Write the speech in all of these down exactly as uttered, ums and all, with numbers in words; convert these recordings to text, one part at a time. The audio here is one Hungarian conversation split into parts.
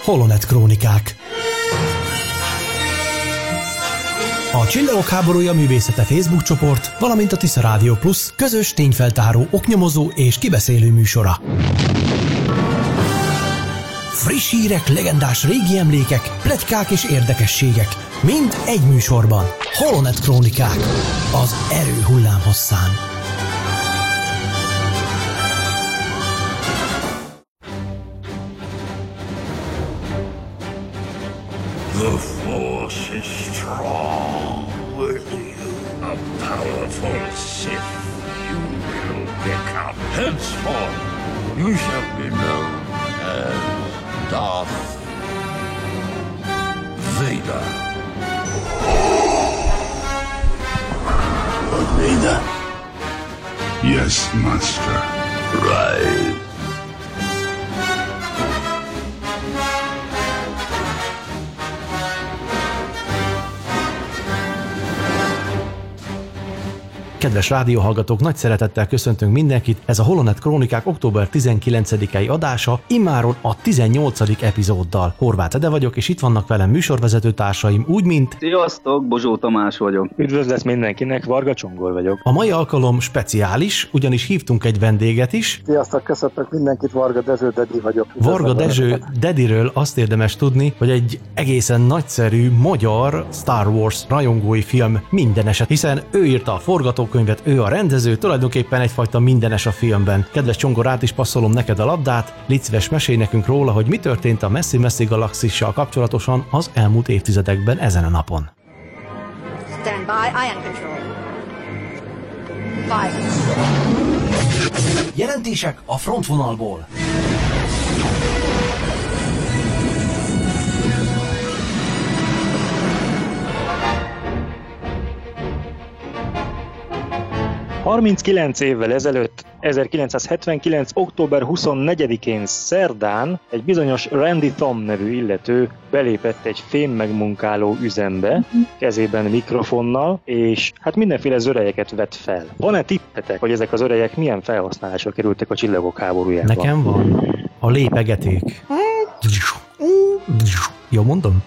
Holonet Krónikák. A Csillagok háborúja művészete Facebook csoport, valamint a Tisza Rádió Plus közös tényfeltáró, oknyomozó és kibeszélő műsora. Friss hírek, legendás régi emlékek, pletykák és érdekességek. Mind egy műsorban. Holonet Krónikák. Az erő hullámhosszán. The Force is strong with you. A powerful Sith you will become. Henceforth, you shall be known as Darth Vader. Darth Vader? Yes, Master. Right. Kedves rádióhallgatók, nagy szeretettel köszöntünk mindenkit, ez a Holonet Krónikák október tizenkilencedikei adása, immáron a tizennyolcadik epizóddal. Horváth Ede vagyok, és itt vannak velem műsorvezető társaim, úgy mint... Sziasztok, Bozsó Tamás vagyok. Üdvözlet mindenkinek, Varga Csongor vagyok. A mai alkalom speciális, ugyanis hívtunk egy vendéget is. Sziasztok, köszöntök mindenkit, Varga Dezső Dedi vagyok. Varga Dezső Dediről azt érdemes tudni, hogy egy egészen nagyszerű magyar Star Wars rajongói film mindeneset, hiszen ő írta a forgatókönyvet, ő a rendező, tulajdonképpen egyfajta mindenes a filmben. Kedves Csongor, át is passzolom neked a labdát, légy szíves, mesélj nekünk róla, hogy mi történt a messzi-messzi galaxissal kapcsolatosan az elmúlt évtizedekben ezen a napon. Stand by, ion control. Five. Jelentések a frontvonalból. harminckilenc évvel ezelőtt, ezerkilencszázhetvenkilenc. október huszonnegyedikén szerdán egy bizonyos Randy Thom nevű illető belépett egy fém megmunkáló üzembe, kezében mikrofonnal, és hát mindenféle zörejeket vett fel. Van-e tippetek, hogy ezek az örejek milyen felhasználásra kerültek a Csillagok háborújában? Nekem van. A lépegeték. Jó mondom?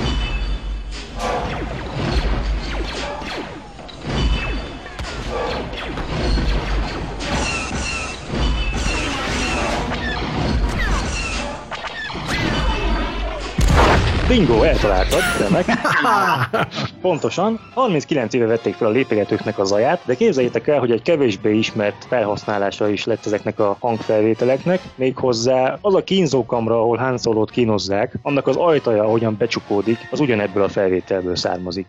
Bingo, eltaláltad, remek. Pontosan, harminckilenc éve vették fel a lépegetőknek a zaját, de képzeljétek el, hogy egy kevésbé ismert felhasználása is lett ezeknek a hangfelvételeknek, méghozzá az a kínzókamra, ahol Han Solót kínozzák, annak az ajtaja, ahogyan becsukódik, az ugyanebből a felvételből származik.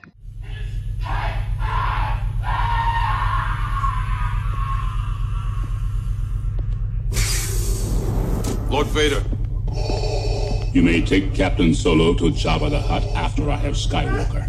Lord Vader. You may take Captain Solo to Jabba the Hutt after I have Skywalker.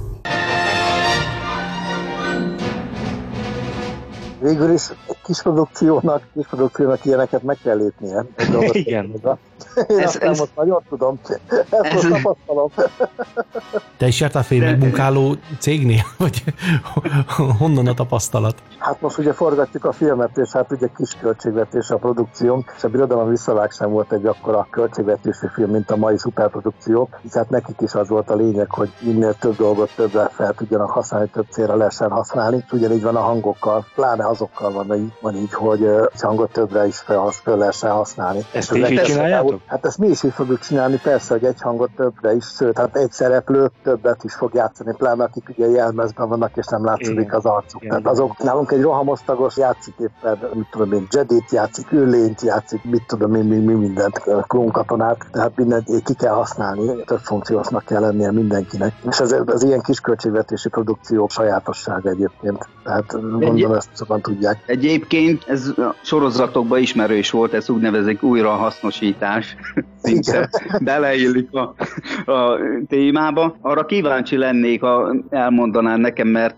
Végül is kis produkciónak, kis produkciónak ilyeneket meg kell lépnie. Igen. Én ez, aztán ez, most nagyon tudom. Ezt ez, most tapasztalom. Te is jártál félmegmunkáló cégnél? Vagy honnan a tapasztalat? Hát most ugye forgatjuk a filmet, és hát ugye kis költségvetés a produkciónk, és a Birodalom visszavág sem volt egy akkora költségvetésű film, mint a mai szuperprodukciók. Így hát nekik is az volt a lényeg, hogy minél több dolgot többre fel tudjanak használni, több célra lehessen használni. Ugyanígy van a hangokkal, pláne azokkal van így, van így hogy egy hangot többre is fel, fel lehessen használni. Ezt is így csináljátok? Hát ezt mi is így fogjuk csinálni, persze, hogy egy hangot többre is, sőt, hát egy szereplő többet is fog játszani, pláne akik ugye jelmezben vannak, és nem látszik az arcuk. Tehát azok, nálunk egy rohamosztagos játszik éppen, mit tudom én, Jedit játszik, űrlényt játszik, mit tudom én, mi, mi mindent, klónkatonát, tehát mindent ki kell használni, több funkciósnak kell lennie mindenkinek. És ez az ilyen kisköltségvetési produkció sajátossága egyébként. Tehát gondolom, ezt sokan tudják. Egyébként ez a sorozatokban ismerős volt, ez úgynevezik újrahasznosítás. Szinte beleillik a, a témába. Arra kíváncsi lennék, ha elmondanál nekem, mert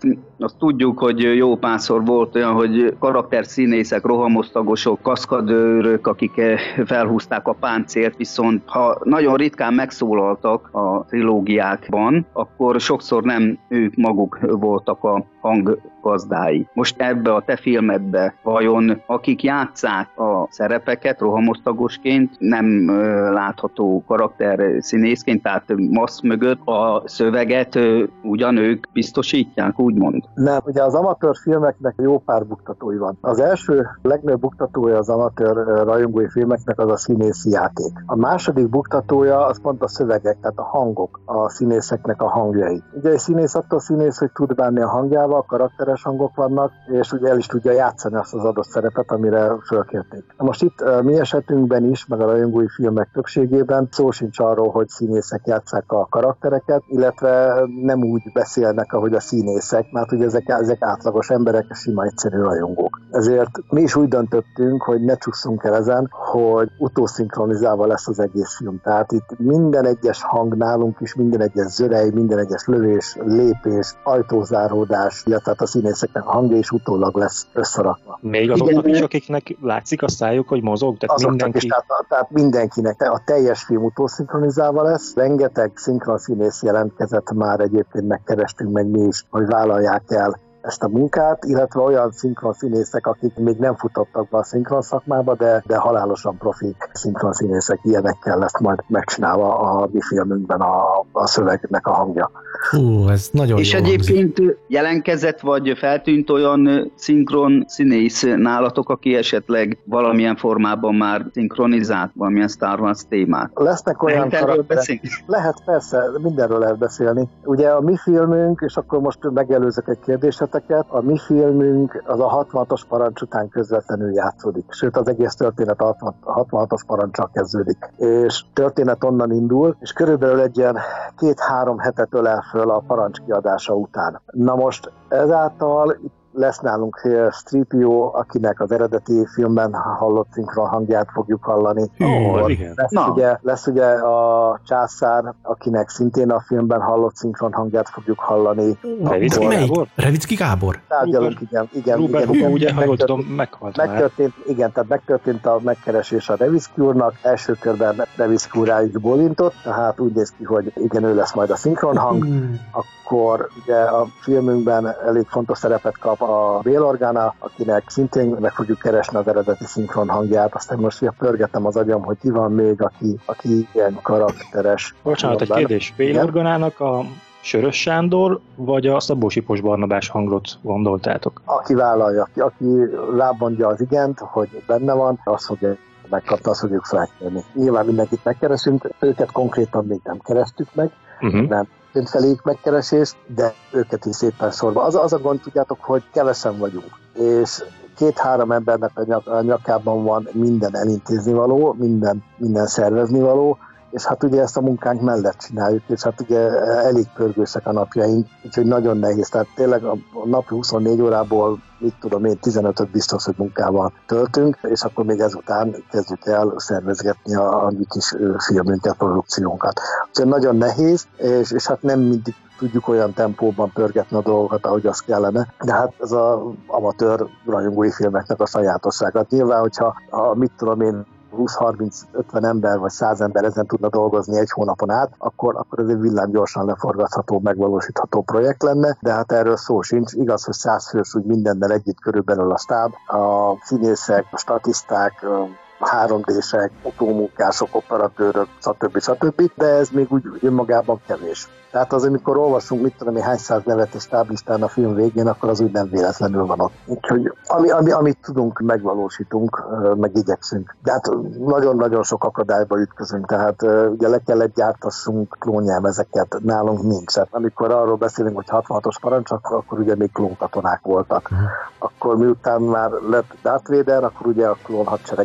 Azt tudjuk, hogy jó párszor volt olyan, hogy karakterszínészek, rohamosztagosok, kaszkadőrök, akik felhúzták a páncélt, viszont ha nagyon ritkán megszólaltak a trilógiákban, akkor sokszor nem ők maguk voltak a hanggazdái. Most ebbe a te filmedbe vajon akik játsszák a szerepeket rohamosztagosként, nem ö, látható karakter színészként, tehát masz mögött a szöveget ö, ugyan ők biztosítják, úgymond? Nem, ugye az amatőr filmeknek jó pár buktatói van. Az első legnagyobb buktatója az amatőr rajongói filmeknek az a színészi játék. A második buktatója az pont a szövegek, tehát a hangok, a színészeknek a hangjai. Ugye egy színész attól színész, hogy tud bánni a hangjával, karakteres hangok vannak, és ugye el is tudja játszani azt az adott szerepet, amire fölkérték. Most itt mi esetünkben is, meg a rajongói filmek többségében szó sincs arról, hogy színészek játsszák a karaktereket, illetve nem úgy beszélnek, ahogy a színészek, mert ugye ezek, ezek átlagos emberek, sima egyszerű rajongók. Ezért mi is úgy döntöttünk, hogy ne csusszunk el ezen, hogy utószinkronizálva lesz az egész film. Tehát itt minden egyes hang nálunk is, minden egyes zörej, minden egyes lövés, lépés, ajtózáródás, illetve a színészeknek a hangja is utólag lesz összerakva. Még azoknak is, akiknek látszik a szájuk, hogy mozog? Tehát mindenki... is, tehát, tehát mindenkinek. A teljes film utószinkronizálva lesz. Rengeteg szinkronszínész jelentkezett már, egyébként megkerestünk meg mi is, hogy vállalják el ezt a munkát, illetve olyan szinkronszínészek, akik még nem futottak be a szinkron szakmába, de, de halálosan profi szinkronszínészek, ilyenekkel lesz majd megcsinálva a mi filmünkben a, a szövegnek a hangja. Hú, ez nagyon És jó egyébként hangzik. Jelentkezett, vagy feltűnt olyan szinkron színész nálatok, aki esetleg valamilyen formában már szinkronizált valamilyen Star Wars témát? Lesznek olyan karakterek. Lehet, persze, mindenről lehet beszélni. Ugye a mi filmünk, és akkor most megelőzök egy kérdéseteket, a mi filmünk az a hatvanhatos parancs után közvetlenül játszódik. Sőt, az egész történet a hatvanhatos parancsal kezdődik. És történet onnan indul, és körülbelül egy ilyen két-három hetet ölel föl a parancs kiadása után. Na most ezáltal lesz nálunk szé pé o, akinek az eredeti filmben hallott szinkron hangját fogjuk hallani. Oh, lesz, ugye, lesz ugye a császár, akinek szintén a filmben hallott szinkron hangját fogjuk hallani. Revicki Gábor? Revicki Gábor? Tárgyalunk, igen. igen, Ruben, igen, igen ugye, ha jól tudom, meghalt megtörtént, már. Igen, tehát megtörtént a megkeresés a Revicki úrnak. Első körben Revicki úr rá is bólintott, tehát úgy néz ki, hogy igen, ő lesz majd a szinkron hang. Akkor ugye a filmünkben elég fontos szerepet kap a Bail Organa, akinek szintén meg fogjuk keresni az eredeti szinkron hangját. Aztán most ugye pörgetem az agyam, hogy ki van még, aki, aki ilyen karakteres. Bocsánat, egy kérdés. Bail Organának a Sörös Sándor, vagy a Szabó Sipos Barnabás hangot gondoltátok? Aki vállalja, aki rábondja az igent, hogy benne van, azt fogja megkapta, azt fogjuk felkérni. Nyilván mindenkit megkeresünk, őket konkrétan még nem kerestük meg, uh-huh. nem feléjük megkeresés, de őket is szépen sorba. Az, az a gond, tudjátok, hogy kevesen vagyunk, és két-három embernek a, nyak, a nyakában van minden elintézni való, minden, minden szervezni való, és hát ugye ezt a munkánk mellett csináljuk, és hát ugye elég pörgősek a napjaink, úgyhogy nagyon nehéz. Tehát tényleg a napi huszonnégy órából, mit tudom én, tizenötöt biztos, hogy munkával töltünk, és akkor még ezután kezdjük el szervezgetni a, a mi kis filmünket, produkciónkat. Úgyhogy nagyon nehéz, és, és hát nem mindig tudjuk olyan tempóban pörgetni a dolgokat, ahogy az kellene. De hát ez az amatőr rajongói filmeknek a sajátossága. Nyilván, hogyha a, mit tudom én, húsz-harminc-ötven ember vagy száz ember ezen tudna dolgozni egy hónapon át, akkor, akkor ez egy villámgyorsan leforgatható, megvalósítható projekt lenne, de hát erről szó sincs. Igaz, hogy száz fős úgy mindennel együtt körülbelül a stáb, a színészek, a statiszták, három dések, autómunkások, operatőrök, stb. stb. De ez még úgy önmagában kevés. Tehát az, amikor olvasunk, mit tudom, hány száz nevet és táblistán a film végén, akkor az úgy nem véletlenül van ott. Úgyhogy ami, ami, amit tudunk, megvalósítunk, meg igyekszünk. De hát nagyon-nagyon sok akadályba ütközünk, tehát ugye le kellett gyártassunk klónjelmezeket, nálunk nincs. Hát amikor arról beszélünk, hogy hatvanhatos parancs, akkor, akkor ugye még klónkatonák voltak. Uh-huh. Akkor miután már lett Darth Vader, akkor ugye a klón hadsereget szépen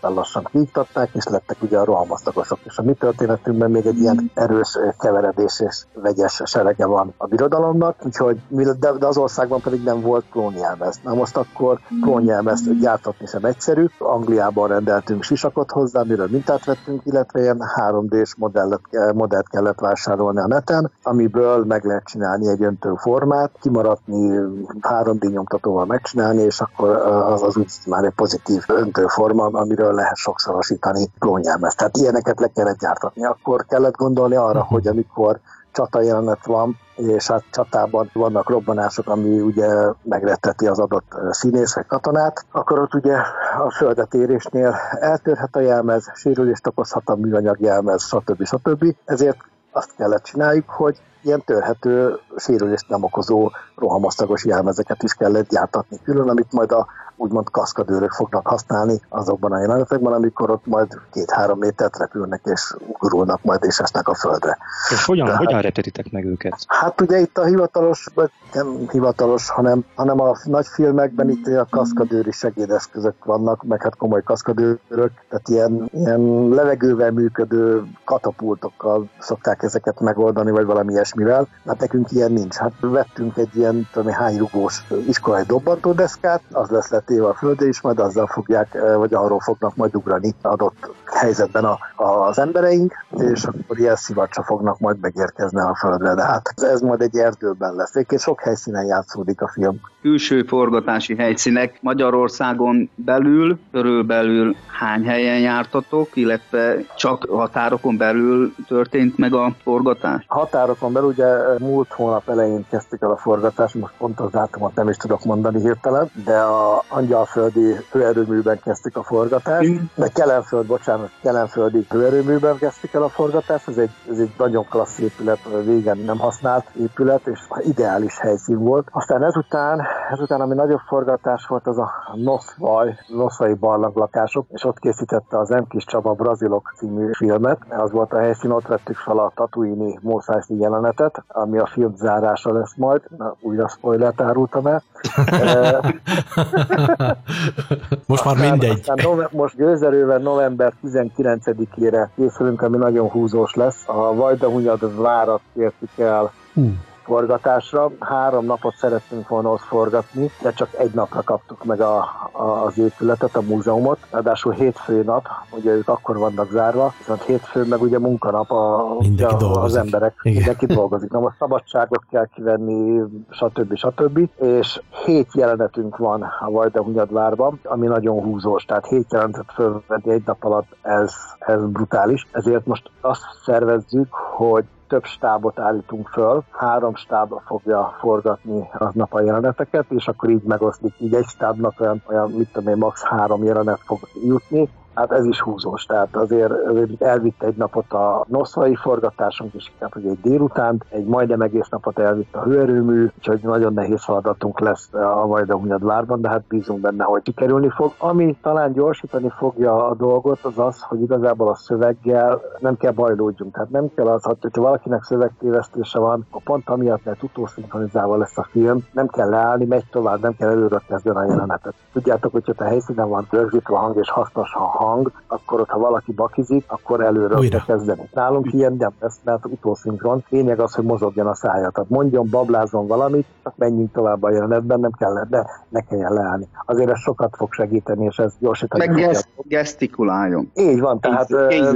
szépen lassan kiiktatták, és lettek ugye a rohamosztagosok. És a mi történetünkben még egy ilyen erős keveredés és vegyes serege van a birodalomnak, úgyhogy de, de az országban pedig nem volt klónjelmez. Na most akkor klónjelmezt gyártatni sem egyszerű. Angliában rendeltünk sisakot hozzá, miről mintát vettünk, illetve ilyen három dés modellet, modellt kellett vásárolni a neten, amiből meg lehet csinálni egy öntőformát, kimaradni három dé nyomtatóval megcsinálni, és akkor az, az úgy már egy pozitív öntőforma, amiről lehet sokszorosítani klónjelmezt. Tehát ilyeneket le kellett gyártatni. Akkor kellett gondolni arra, hogy amikor csata jelenet van, és hát csatában vannak robbanások, ami ugye megretteti az adott színész vagy katonát, akkor ott ugye a földetérésnél eltörhet a jelmez, sérülést okozhat a műanyag jelmez, stb. stb. Ezért azt kellett csináljuk, hogy ilyen törhető, sérülést nem okozó rohamosztagos jelmezeket is kellett gyártatni külön, amit majd a úgymond kaszkadőrök fognak használni azokban a jelenetekben, amikor ott majd két-három métert repülnek és gurulnak majd és esnek a földre. És hogyan, Tehát, hogyan repetitek meg őket? Hát ugye itt a hivatalos, vagy nem hivatalos, hanem, hanem a nagy filmekben itt a kaszkadőri segédeszközök vannak, meg hát komoly kaszkadőrök, tehát ilyen, ilyen levegővel működő katapultokkal szokták ezeket megoldani, vagy valami ilyesmivel. Hát nekünk ilyen nincs. Hát vettünk egy ilyen, tudom, hányrugós iskolai dobbantódeszkát, az lesz letéve a földre, és majd azzal fogják, vagy arról fognak majd ugrani adott helyzetben a, az embereink, és akkor ilyen szivacsa fognak majd megérkezni a földre. De hát ez majd egy erdőben lesz. Egyébként sok helyszínen játszódik a film. Külső forgatási helyszínek Magyarországon belül, körülbelül hány helyen jártatok, illetve csak határokon belül történt meg a forgatás? Határokon belül, ugye múlt hónap elején kezdtük el a forgatást, most pont az dátumot nem is tudok mondani hirtelen, de a Angyalföldi hőerőműben kezdtük a forgatást, de Kelenföld, bocsánat, Kelenföldi hőerőműben kezdtük el a forgatást, ez egy, ez egy nagyon klassz épület, régen nem használt épület, és ideális helyszín volt. Aztán ezután, ezután ami nagyobb forgatás volt, az a Noszvaj, Noszvai barlanglakások, és ott készítette az M. Kis Csaba Brazilok című filmet. Az volt a helyszín, ott vettük fel a Tatooine Mos Eisley jelenetet, ami a film zárása lesz majd. Na, újra spoilert árultam el. Most aztán, már mindegy. Aztán nove- most gőzerővel november tizenkilencedikére készülünk, ami nagyon húzós lesz. A Vajdahunyad várat kértük el uh. forgatásra. Három napot szerettünk volna ott forgatni, de csak egy napra kaptuk meg a, a, az épületet, a múzeumot. Ráadásul hétfő nap, ugye ők akkor vannak zárva, viszont hétfő meg ugye munkanap a, a, az emberek. Igen. Mindenki dolgozik. Na most szabadságot kell kivenni, stb. stb. És hét jelenetünk van a Vajdahunyadvárban, ami nagyon húzós. Tehát hét jelenetet fölvenni egy nap alatt, ez, ez brutális. Ezért most azt szervezzük, hogy több stábot állítunk föl, három stáb fogja forgatni aznap a jeleneteket, és akkor így megoszlik, így egy stábnak olyan, olyan mit tudom én, max. három jelenet fog jutni. Hát ez is húzós, tehát azért, azért elvitt egy napot a noszvai forgatásunk, és hát ugye egy délután, egy majdnem egész napot elvitt a hőerőmű, úgyhogy nagyon nehéz feladatunk lesz a Vajdahunyadvárban, de hát bízunk benne, hogy sikerülni fog. Ami talán gyorsítani fogja a dolgot, az az, hogy igazából a szöveggel nem kell bajlódjunk, tehát nem kell az, hogyha valakinek szövegtévesztése van, a pont amiatt, mert utószinkronizálva lesz a film, nem kell leállni, megy tovább, nem kell előre kezdeni a jelenetet. Tudjátok, hogy a helyszínen van rögzítve a hang és hasznos a hang, akkor ott, ha valaki bakizik, akkor előről kell kezdeni. Nálunk ilyen nem lesz, mert utószinkron. Lényeg az, hogy mozogjon a szája. Tehát mondjon, bablázon valamit, csak menjünk tovább a jelenetben, nem kell, de ne kelljen leállni. Azért ez sokat fog segíteni, és ez gyorsítani. Meg gesz- gesztikuláljon. Így van, tehát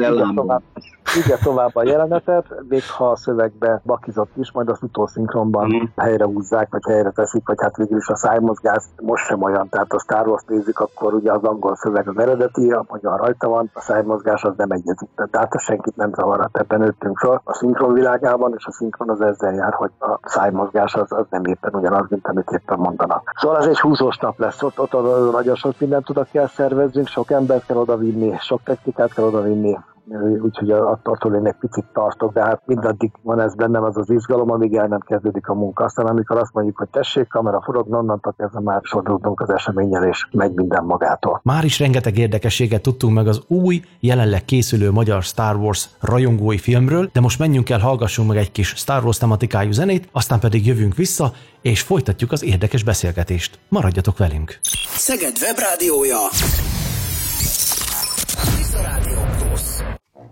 vigye tovább a jelenetet, még ha a szövegbe bakizott is, majd az utószinkronban mm. helyre húzzák, vagy helyre teszik, vagy hát végül is a szájmozgás most sem olyan. Tehát a Star Wars nézzük, akkor ugye az angol szöveg az eredeti, a magyar rajta van, a szájmozgás az nem egyezik. Tehát ez senkit nem zavar, ebben nőttünk fel a szinkron világában, és a szinkron az ezzel jár, hogy a szájmozgás az, az nem éppen ugyanaz, mint amit éppen mondanak. Szóval ez egy húzós nap lesz, ott, ott, ott nagyon sok mindent oda kell szervezzünk, sok embert kell odavinni, sok technikát kell odavinni, úgyhogy attól én egy picit tartok, de hát mindaddig van ez bennem az az izgalom, amíg el nem kezdődik a munka. Aztán amikor azt mondjuk, hogy tessék, kamera forog, onnantól kezdve már sodródunk az eseménnyel, és megy minden magától. Már is rengeteg érdekességet tudtunk meg az új, jelenleg készülő magyar Star Wars rajongói filmről, de most menjünk el, hallgassunk meg egy kis Star Wars tematikájú zenét, aztán pedig jövünk vissza, és folytatjuk az érdekes beszélgetést. Maradjatok velünk! Szeged Webrádiója Rádió Plusz.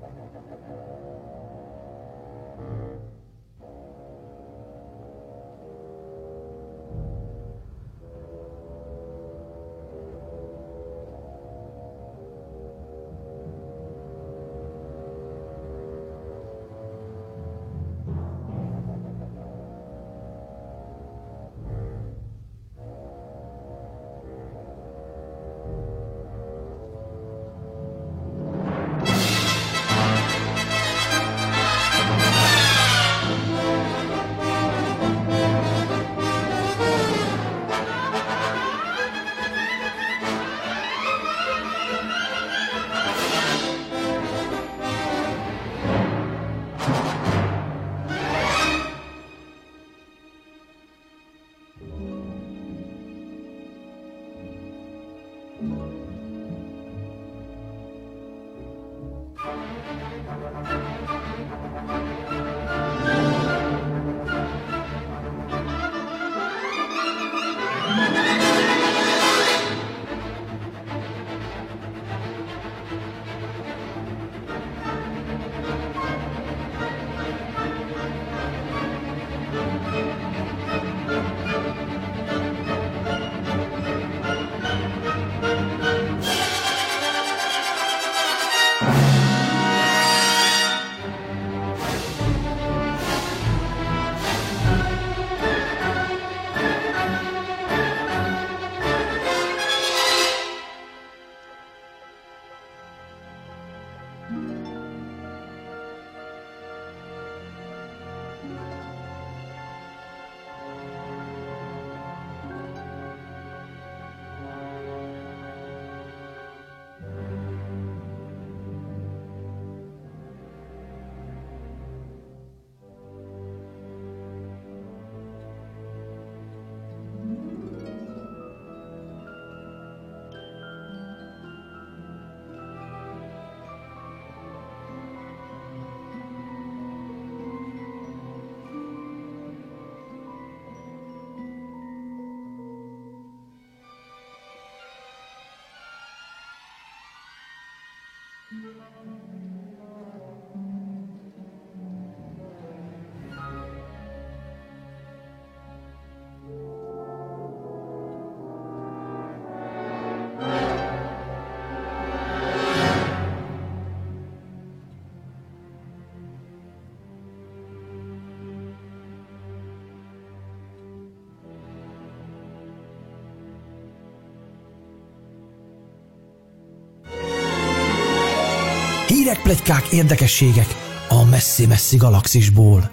Hírek, pletykák, érdekességek a messzi-messzi galaxisból.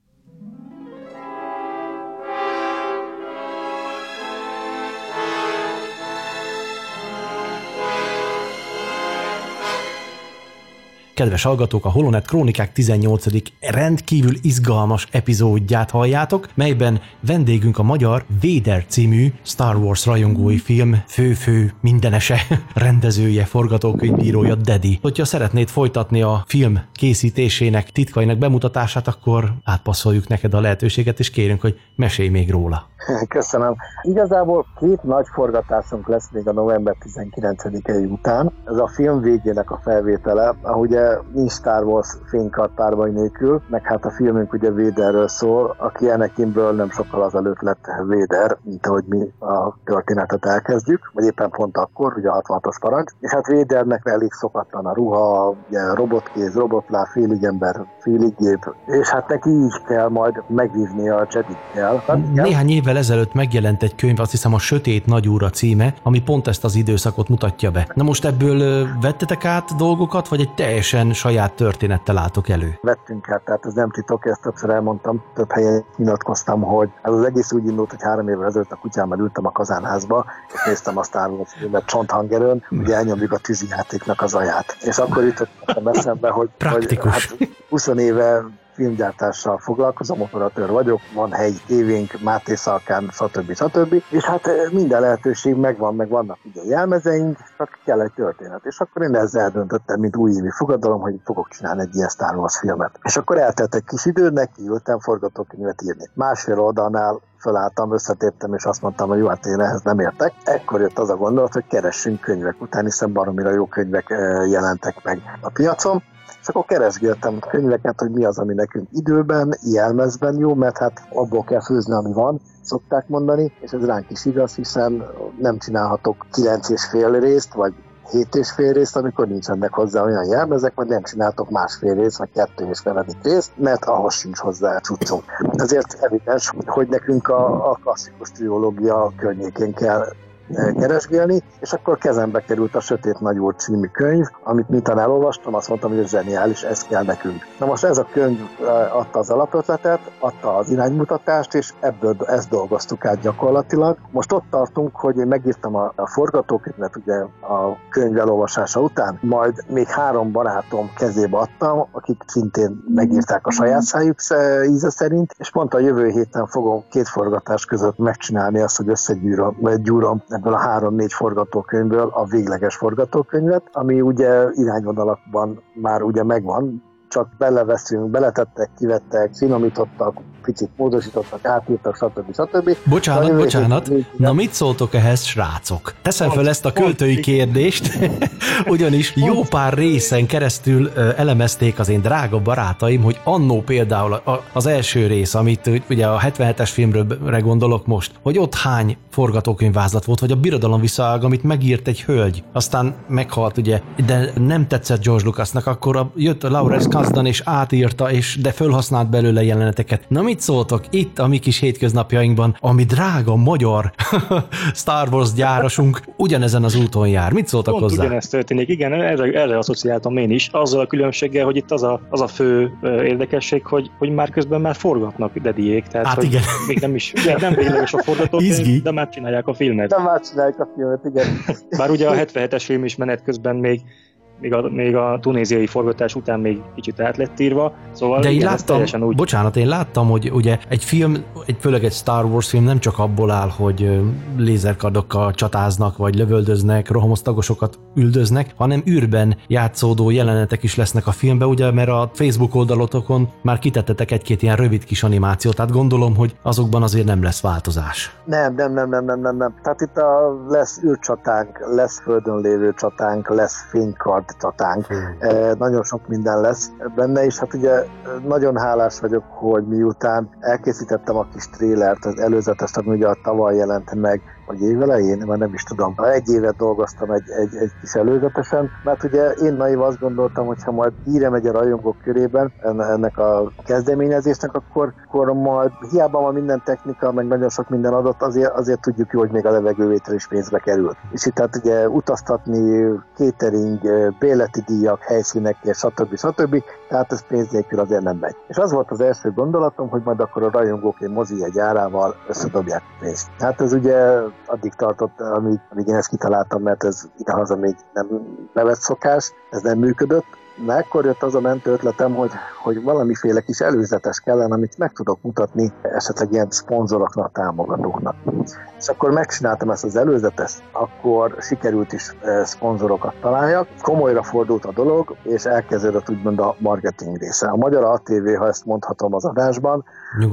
Kedves hallgatók, a Holonet Krónikák tizennyolcadik rendkívül izgalmas epizódját halljátok, melyben vendégünk a magyar Vader című Star Wars rajongói film fő-fő mindenese rendezője, forgatókönyvírója Daddy. Hogyha szeretnéd folytatni a film készítésének titkainak bemutatását, akkor átpasszoljuk neked a lehetőséget, és kérünk, hogy mesélj még róla. Köszönöm. Igazából két nagy forgatásunk lesz még a november tizenkilencedikei után. Ez a film végének a felvétele, ahogy ugye nincs Star Wars fénykard párbaj nélkül, meg hát a filmünk ugye Vaderről szól, aki Anakinből nem sokkal azelőtt lett Vader, mint ahogy mi a történetet elkezdjük, vagy éppen pont akkor, ugye a hatvanhatos parancs. És hát Vadernek elég szokatlan a ruha, ugye robotkéz, robotláb, félig ember, félig gép, és hát neki így kell majd megvívni a Jedikkel. Néhány évvel ezelőtt megjelent egy könyv, azt hiszem a Sötét Nagyúra címe, ami pont ezt az időszakot mutatja be. Na most ebből vettetek át dolgokat, vagy egy teljesen saját történettel álltok elő? Vettünk át, tehát ez nem titok, ezt többször elmondtam, több helyen nyilatkoztam, hogy ez az egész úgy indult, hogy három évvel ezelőtt a kutyámmal ültem a kazánházba, és néztem a Star Wars filmet Csonthangerön, ugye elnyomjuk a tűzijátéknak az aját. És akkor jutottam eszembe, hogy, hogy hát húsz éve filmgyártással foglalkozom, operatőr vagyok, van helyi tévénk, Máté Szalkán, stb. stb. És hát minden lehetőség megvan, meg vannak ugye jelmezeink, csak kell egy történet. És akkor én ezzel eldöntöttem, mint újévi fogadalom, hogy fogok csinálni egy ilyen Star Wars filmet. És akkor eltelt egy kis idő, nekiültem forgatókönyvet írni. Másfél oldalnál felálltam, összetéptem, és azt mondtam, hogy jó, hát én ehhez nem értek. Ekkor jött az a gondolat, hogy keressünk könyvek után, hiszen baromira jó könyvek jelentek meg a piacon. És akkor keresgéltem könyveket, hogy mi az, ami nekünk időben, jelmezben jó, mert hát abból kell főzni, ami van, szokták mondani, és ez ránk is igaz, hiszen nem csinálhatok kilenc és fél részt, vagy hét és fél részt, amikor nincsenek hozzá olyan jelmezek, vagy nem csináltok másfél részt, vagy kettő és feledik részt, mert ahhoz sincs hozzá cuccunk. Ezért evidens, hogy nekünk a, a klasszikus trilógia környékén kell keresgélni, és akkor kezembe került a Sötét Nagyúr című könyv, amit miután elolvastam, azt mondtam, hogy ez zseniális, ez kell nekünk. Na most ez a könyv adta az alapötletet, adta az iránymutatást, és ebből ezt dolgoztuk át gyakorlatilag. Most ott tartunk, hogy én megírtam a, a forgatókönyvet ugye a könyv elolvasása után, majd még három barátom kezébe adtam, akik szintén megírták a saját szájuk íze szerint, és pont a jövő héten fogom két forgatás között megcsinálni azt, hogy összegyúrom ebből a három-négy forgatókönyvből a végleges forgatókönyvet, ami ugye irányvonalakban már ugye megvan, csak beleveszünk, beletettek, kivettek, finomítottak, picit módosítottak, átírtak, stb. stb. Bocsánat, bocsánat, na mit szóltok ehhez, srácok? Teszem fel ezt a költői kérdést, ugyanis jó pár részen keresztül elemezték az én drága barátaim, hogy annó például az első rész, amit ugye a hetvenhetes filmre gondolok most, hogy ott hány forgatókönyvvázlat volt, vagy a Birodalom visszaág, amit megírt egy hölgy, aztán meghalt ugye, de nem tetszett George Lucasnak, akkor a, jött a Lawrence Kasdan és átírta, és de fölhasznált belőle jeleneteket. Na mit szóltok itt a mi kis hétköznapjainkban, ami drága magyar Star Wars gyárosunk ugyanezen az úton jár. Mit szóltak Pont hozzá? Ugyanezt történik, igen, erre, erre asszociáltam én is, azzal a különbséggel, hogy itt az a, az a fő érdekesség, hogy, hogy már közben már forgatnak dediék, tehát hát hogy igen. még nem is, ugye, nem végleges a forgatókönyv, de már csinálják a filmet. De már csinálják a filmet, igen. Bár ugye a hetvenhetes film is menet közben még Még a, még a tunéziai forgatás után még kicsit át lett írva, szóval de én igen, láttam, úgy... bocsánat, én láttam, hogy ugye egy film, egy, főleg egy Star Wars film nem csak abból áll, hogy lézerkardokkal csatáznak, vagy lövöldöznek, rohamosztagosokat üldöznek, hanem űrben játszódó jelenetek is lesznek a filmben, ugye, mert a Facebook oldalotokon már kitettetek egy-két ilyen rövid kis animációt, tehát gondolom, hogy azokban azért nem lesz változás. Nem, nem, nem, nem, nem, nem, nem. Tehát itt a, lesz űrcsatánk, lesz földön lévő csatánk, lesz fénykard csatánk. E, nagyon sok minden lesz benne, és hát ugye nagyon hálás vagyok, hogy miután elkészítettem a kis trélert, az előzetes, ami ugye a tavaly jelent meg, vagy évelején, már nem is tudom. Egy évet dolgoztam egy, egy, egy kis előzetesen, mert ugye én naiv azt gondoltam, hogy ha majd híre megy a rajongók körében ennek a kezdeményezésnek, akkor, akkor majd hiába van minden technika, meg nagyon sok minden adott, azért, azért tudjuk jó, hogy még a levegővétel is pénzbe került. És itt hát ugye utaztatni, catering, bérleti díjak, helyszínekért, stb. stb. Tehát ez pénz nélkül azért nem megy. És az volt az első gondolatom, hogy majd akkor a rajongók egy mozi egy árával összedobják a pénzt. Hát ez ugye addig tartott, amíg, amíg én ezt kitaláltam, mert ez idehaza még nem bevett szokás, ez nem működött. Na ekkor jött az a mentő ötletem, hogy, hogy valamiféle kis előzetes kellene, amit meg tudok mutatni esetleg ilyen szponzoroknak, támogatóknak. És akkor megcsináltam ezt az előzetest, akkor sikerült is e, szponzorokat találjak. Komolyra fordult a dolog, és elkezdődött úgymond a marketing része. A Magyar á té vé, ha ezt mondhatom az adásban,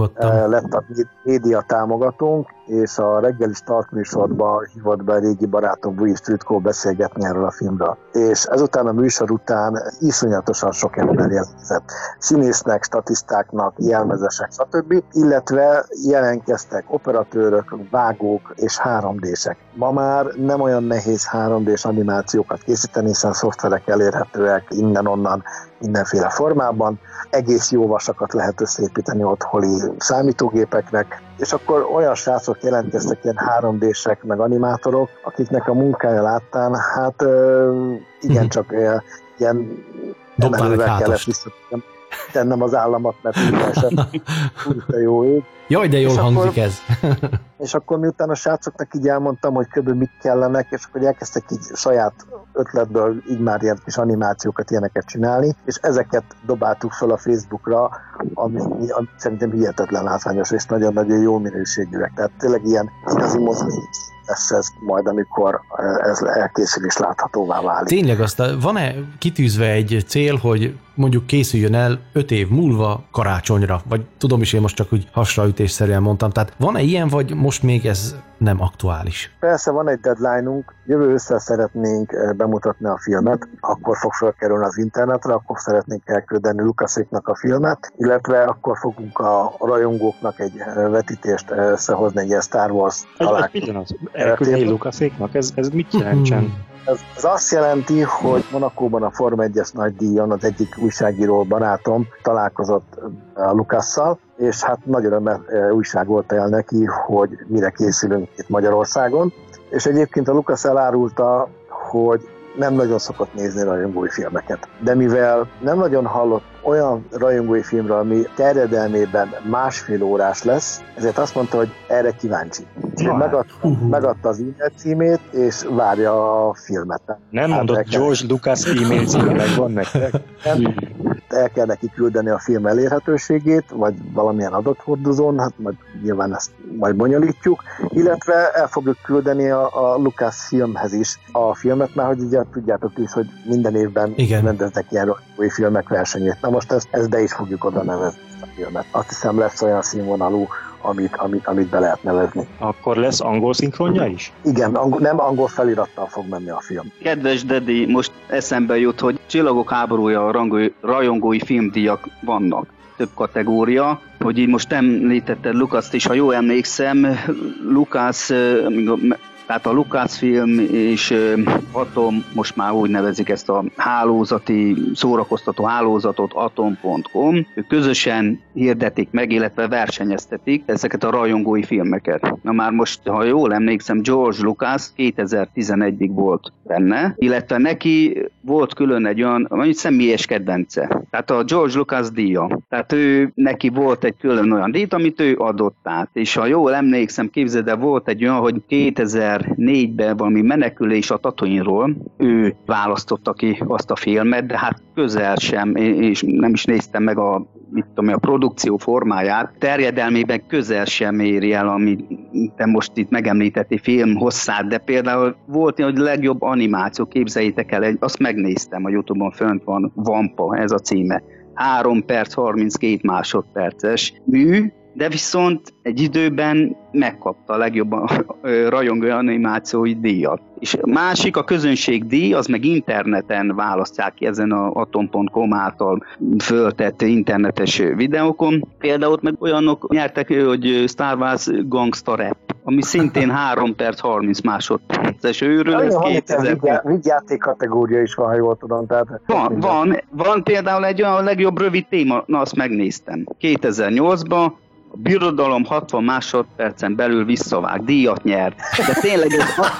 e, lett a média támogatónk, és a reggeli start műsorba hívott be a régi barátom Bui Strütkó beszélgetni erről a filmről. És ezután a műsor után iszonyatosan sok ember jelentkezett. Színésznek, statisztáknak, jelmezesek, stb. Illetve jelentkeztek operatőrök, vágók és három dések. Ma már nem olyan nehéz három dés animációkat készíteni, hiszen szoftverek elérhetőek innen-onnan mindenféle formában. Egész jó vasakat lehet összeépíteni otthoni számítógépeknek, és akkor olyan srácok jelentkeztek, ilyen három dések, meg animátorok, akiknek a munkája láttán, hát igencsak ilyen emelővel kellett visszatennem az államat, mert úgy esett, úgy jó ég. Jaj, de jól és hangzik akkor, ez. És akkor miután a srácoknak így elmondtam, hogy kb. Mit kellenek, és akkor elkezdtek így saját ötletből így már ilyen kis animációkat, ilyeneket csinálni, és ezeket dobáltuk fel a Facebookra, ami, ami szerintem hihetetlen látványos, és nagyon-nagyon jó minőségűek. Tehát tényleg ilyen igazi mozi lesz ez majd, amikor ez elkészül és láthatóvá válik. Tényleg azt, van-e kitűzve egy cél, hogy mondjuk készüljön el öt év múlva karácsonyra, vagy tudom is, én most csak úgy hasraütésszerűen mondtam, tehát van-e ilyen, vagy most még ez nem aktuális? Persze van egy deadline-unk, jövő össze szeretnénk bemutatni a filmet, akkor fog felkerülni az internetre, akkor szeretnénk elküldeni Lucaséknak a filmet, illetve akkor fogunk a rajongóknak egy vetítést összehozni, egy ilyen Star Wars találkozót. Elküldeni Lucaséknak? Ez, ez mit jelentsen? Ez, ez azt jelenti, hogy Monacóban a Forma egyes nagy díjon az egyik újságíró barátom találkozott a Lucasszal, és hát nagy örömmel újságolt el neki, hogy mire készülünk itt Magyarországon. És egyébként a Lucas elárulta, hogy nem nagyon szokott nézni rajongói filmeket. De mivel nem nagyon hallott olyan rajongói filmről, ami terjedelmében másfél órás lesz, ezért azt mondta, hogy erre kíváncsi. Megadta, megadta az e-mail címét, és várja a filmet. Nem hát mondott George Lucas e-mail címe, meg van nektek? El kell neki küldeni a film elérhetőségét, vagy valamilyen adathordozón, hát majd nyilván ezt majd bonyolítjuk, illetve el fogjuk küldeni a, a Lucas filmhez is a filmet, mert hogy ugye tudjátok is, hogy minden évben igen, rendeznek ilyen új filmek versenyét. Na most ezt, ezt be is fogjuk oda nevezni, ezt a filmet. Azt hiszem lesz olyan színvonalú, amit, amit, amit be lehet nevezni. Akkor lesz angol szinkronja is? Igen, angol, nem angol felirattal fog menni a film. Kedves Dedi, most eszembe jut, hogy Csillagok háborúja rangolj, rajongói filmdíjak vannak. Több kategória, hogy így most említetted Lucast is, ha jól emlékszem, Lucas, tehát a Lucasfilm és Atom, most már úgy nevezik ezt a hálózati, szórakoztató hálózatot, atom pont com, ők közösen hirdetik meg, illetve versenyeztetik ezeket a rajongói filmeket. Na már most, ha jól emlékszem, George Lucas kétezer-tizenegyig volt benne, illetve neki volt külön egy olyan, mondjuk személyes kedvence. Tehát a George Lucas díja. Tehát ő, neki volt egy külön olyan díjat, amit ő adott át. És ha jól emlékszem, képzeld, de volt egy olyan, hogy kétezer-négyben valami Menekülés a Tatooine-ról, ő választotta ki azt a filmet, de hát közel sem, és nem is néztem meg a, mit tudom, a produkció formáját, terjedelmében közel sem éri el, amit te most itt megemlíteti film hosszát, de például volt, hogy legjobb animáció, képzeljétek el, azt megnéztem, a YouTube-on fönt van, Vampa, ez a címe. három perc, harminckét másodperces mű, de viszont egy időben megkapta a legjobb rajongó animációi díjat. És másik, a közönségdíj, az meg interneten választják ki ezen a atom pont com által föltett internetes videókon. Például ott meg olyanok nyertek, hogy Star Wars Gangsta Rap, ami szintén három perc, harminc másodperces. Őről ez kétezer. Vigyáték kategória is van, ha jól tudom. Tehát van, van, van például egy olyan legjobb rövid téma, na azt megnéztem. kétezer-nyolcban a Birodalom hatvan másodpercen belül visszavág, díjat nyert. De tényleg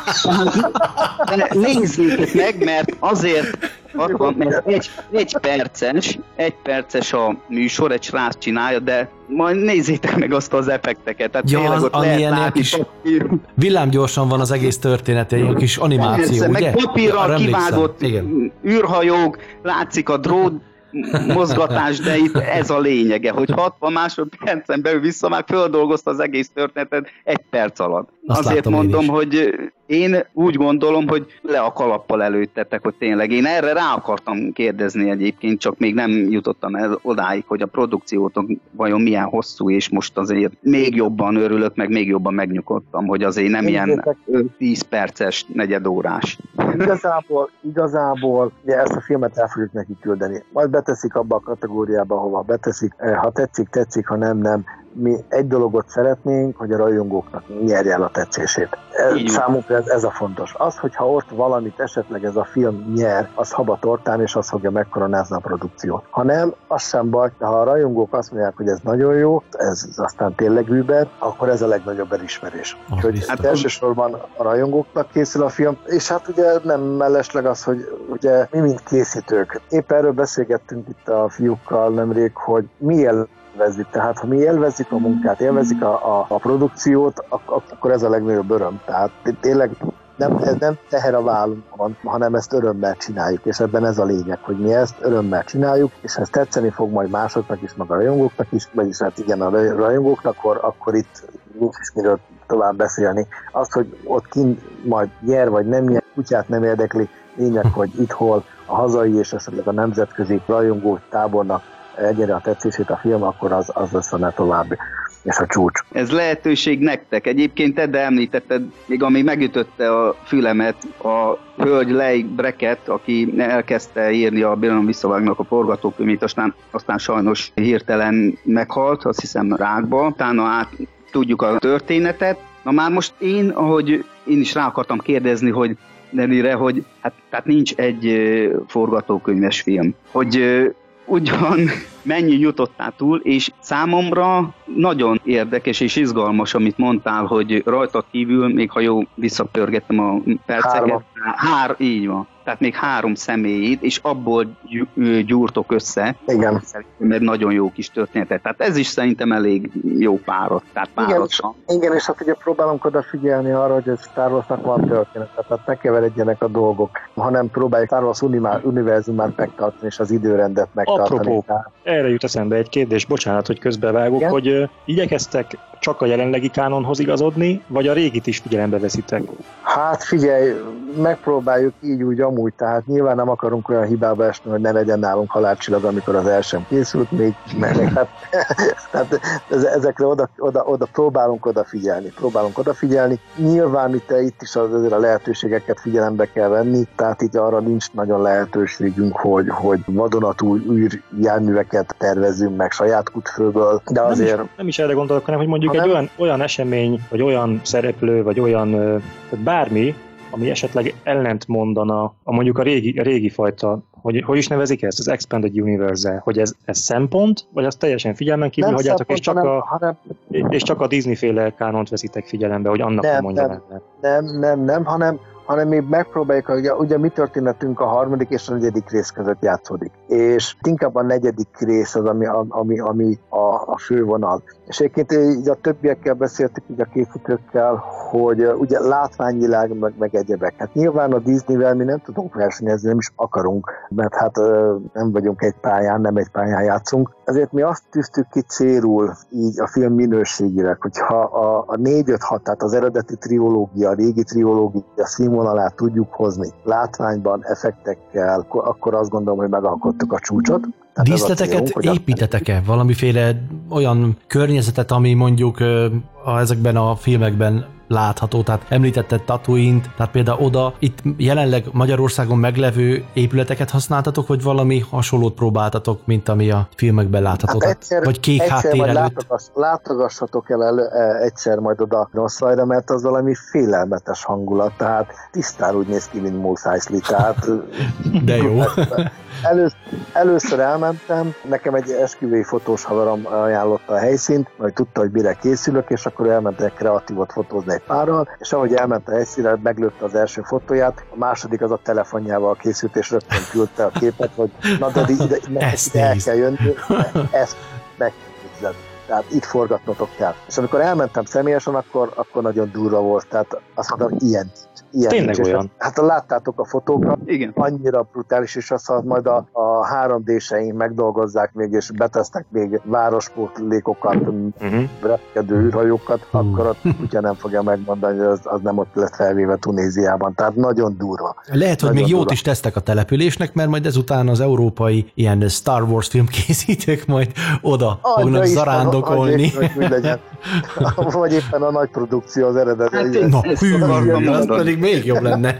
ez nézzék meg, mert azért hatvan, mert egy, egy perces, egy perces a műsor, egy srác csinálja, de majd nézzétek meg azt az effekteket. Tehát ja, az, amilyen kis villámgyorsan van az egész történet, egy kis animáció, meg ugye? Meg papírral kivágott űrhajók, látszik a drót mozgatás, de itt ez a lényege, hogy hatvan másodpercen belül visszavág, földolgozta az egész történetet egy perc alatt. Azt Azért mondom, én hogy én úgy gondolom, hogy le a kalappal előttetek, hogy tényleg én erre rá akartam kérdezni egyébként, csak még nem jutottam el odáig, hogy a produkciótok vajon milyen hosszú, és most azért még jobban örülök, meg még jobban megnyugodtam, hogy azért nem én ilyen tíz perces, negyedórás. Igazából, igazából ugye ezt a filmet el fogjuk neki küldeni. Majd beteszik abba a kategóriába, hova beteszik. Ha tetszik, tetszik, ha nem, nem. Mi egy dologot szeretnénk, hogy a rajongóknak nyerje el a tetszését. Ez, számunkra ez, ez a fontos. Az, hogyha ott valamit esetleg ez a film nyer, az haba tortán, és az fogja megkoronázni a produkciót. Ha nem, az sem baj, de ha a rajongók azt mondják, hogy ez nagyon jó, ez aztán tényleg über, akkor ez a legnagyobb elismerés. Oh, Úgyhogy hát elsősorban a rajongóknak készül a film, és hát ugye nem mellesleg az, hogy ugye mi mint készítők. Épp erről beszélgettünk itt a fiúkkal nemrég, hogy mi élvezzük. Tehát ha mi élvezzük a munkát, élvezzük a, a, a produkciót, akkor ez a legnagyobb öröm. Tehát tényleg nem, ez nem teher a vállunkon, hanem ezt örömmel csináljuk, és ebben ez a lényeg, hogy mi ezt örömmel csináljuk, és ez tetszeni fog majd másoknak is, meg a rajongóknak is, vagyis hát igen, a rajongóknak, akkor, akkor itt nincs is miről tovább beszélni. Azt, hogy ott kint majd nyer vagy nem nyer, kutyát nem érdekli, lényeg, hogy itt hol a hazai és esetleg a nemzetközi rajongó tábornak egyre a tetszését a film, akkor az, az lesz a ne további, és a csúcs. Ez lehetőség nektek. Egyébként te említetted, még ami megütötte a fülemet, a hölgy Leigh Brackett, aki elkezdte írni a Birodalom visszavágnak a forgatókönyvét, aztán, aztán sajnos hirtelen meghalt, azt hiszem rákba. Utána át tudjuk a történetet. Na már most én, ahogy én is rá akartam kérdezni, hogy Dannyre, hogy hát, tehát nincs egy forgatókönyves film. Hogy ugyan mennyi jutottál túl, és számomra nagyon érdekes és izgalmas, amit mondtál, hogy rajta kívül, még ha jó visszapörgettem a perceket, hár, így van. Tehát még három személyét, és abból gyúrtok össze. Igen. Mert nagyon jó kis történetet. Tehát ez is szerintem elég jó párat. Tehát páratlan. Igen, igen, és hát ugye próbálunk odafigyelni arra, hogy a Star Warsnak van történet. Tehát ne keveredjenek a dolgok, hanem próbáljuk Star Wars univerzumát megtartani, és az időrendet megtartani. Apropó, erre jut eszembe egy kérdés, bocsánat, hogy közbevágok, igen? hogy uh, igyekeztek csak a jelenlegi kánonhoz igazodni, vagy a régit is figyelembe veszitek? Hát figyelj, megpróbáljuk így úgy amúgy, tehát nyilván nem akarunk olyan hibába esni, hogy ne legyen nálunk halálcsillag, amikor az el sem készült, még meg, hát, tehát ezekre oda, oda, oda próbálunk odafigyelni, próbálunk odafigyelni. Nyilván itt, itt is azért a lehetőségeket figyelembe kell venni, tehát itt arra nincs nagyon lehetőségünk, hogy, hogy vadonatúj űrjárműveket tervezzünk meg saját kutfőből, de azért... Nem is, nem is erre gondolok, hanem hogy mondjuk egy olyan, olyan esemény, vagy olyan szereplő, vagy olyan tehát bármi, ami esetleg ellent mondana a mondjuk a régi, a régi fajta, hogy, hogy is nevezik ezt, az Expanded Universe-el, hogy ez, ez szempont, vagy azt teljesen figyelmen kívül nem hagyjátok, és csak, hanem, a, hanem, és csak a Disney-féle kánont veszitek figyelembe, hogy annak nem mondja nem, nem, nem, nem, nem, hanem hanem mi megpróbáljuk, ugye, ugye mi történetünk a harmadik és a negyedik rész között játszódik. És inkább a negyedik rész az, ami, ami, ami a, a fővonal. És egyébként így a többiekkel beszéltük, így a készítőkkel, hogy ugye látványilag meg, meg egyebek. Hát nyilván a Disneyvel mi nem tudunk versenyezni, nem is akarunk, mert hát nem vagyunk egy pályán, nem egy pályán játszunk. Ezért mi azt tűztük ki célul így a film minőségileg, hogyha a, a négy öt hat, tehát az eredeti triológia, a régi triológia színvonalát tudjuk hozni látványban, effektekkel, akkor azt gondolom, hogy megalkottuk a csúcsot. Tehát díszleteket építetek-e? Valamiféle olyan környezetet, ami mondjuk a, ezekben a filmekben látható, tehát említetted Tatooine-t, tehát például oda, itt jelenleg Magyarországon meglevő épületeket használtatok, vagy valami hasonlót próbáltatok, mint ami a filmekben látható? Hát egyszer, vagy kék háttér előtt? Látogass, látogassatok el elő, egyszer majd oda Rosszajra, mert az valami félelmetes hangulat, tehát tisztán úgy néz ki, mint Mos Eisley, tehát... De jó. Először, először elmentem, nekem egy esküvői fotós haverom ajánlotta a helyszínt, majd tudta, hogy mire készülök, és akkor elmentek kreatívot fotózni egy párral, és ahogy elment a helyszínre, meglőtte az első fotóját, a második az a telefonjával készült, és rögtön küldte a képet, hogy na de ide, ide, ide el kell jönni, ezt megkérdezed. Tehát itt forgatnotok kell. És amikor elmentem személyesen, akkor, akkor nagyon durva volt, tehát azt mondtam, ilyen Ilyen Tényleg nincs. olyan. Hát láttátok a fotókat, igen. Annyira brutális, és azt, ha majd a, a három dé-seink megdolgozzák még, és betesznek még várospótlékokat, uh-huh. repkedő űrhajókat, uh. akkor a kutya nem fogja megmondani, hogy az, az nem ott lett felvéve Tunéziában. Tehát nagyon durva. Lehet, hogy nagyon még jót durva. is tesztek a településnek, mert majd ezután az európai ilyen Star Wars filmkészítők majd oda Adja fognak Isten, zarándokolni. Vagy éppen a nagy produkció az eredeti. Hát, na, hű, az pedig még jobb lenne.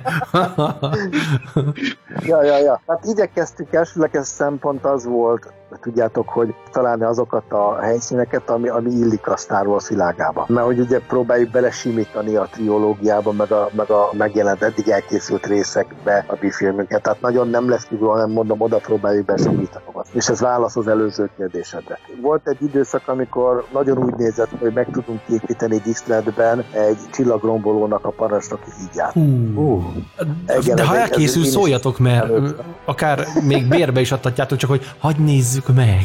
ja, ja, ja. Hát igyekeztük, elsőleges szempont az volt, tudjátok, hogy találni azokat a helyszíneket, ami, ami illik a Star Wars világába. Mert hogy ugye próbáljuk belesimítani a triológiába, meg a, meg a megjelent eddig elkészült részekbe a mi filmünket. Tehát nagyon nem lesz kívül, hanem mondom, oda próbáljuk besimítani. És ez válasz az előző kérdésedre. Volt egy időszak, amikor nagyon úgy nézett, hogy meg tudunk építeni díszletben egy csillagrombolónak a parancsnoki hídját. Uh. De ha elkészül, szóljatok, mert akár még bérbe is adhatjátok, csak hogy hadd nézzük nézzük meg.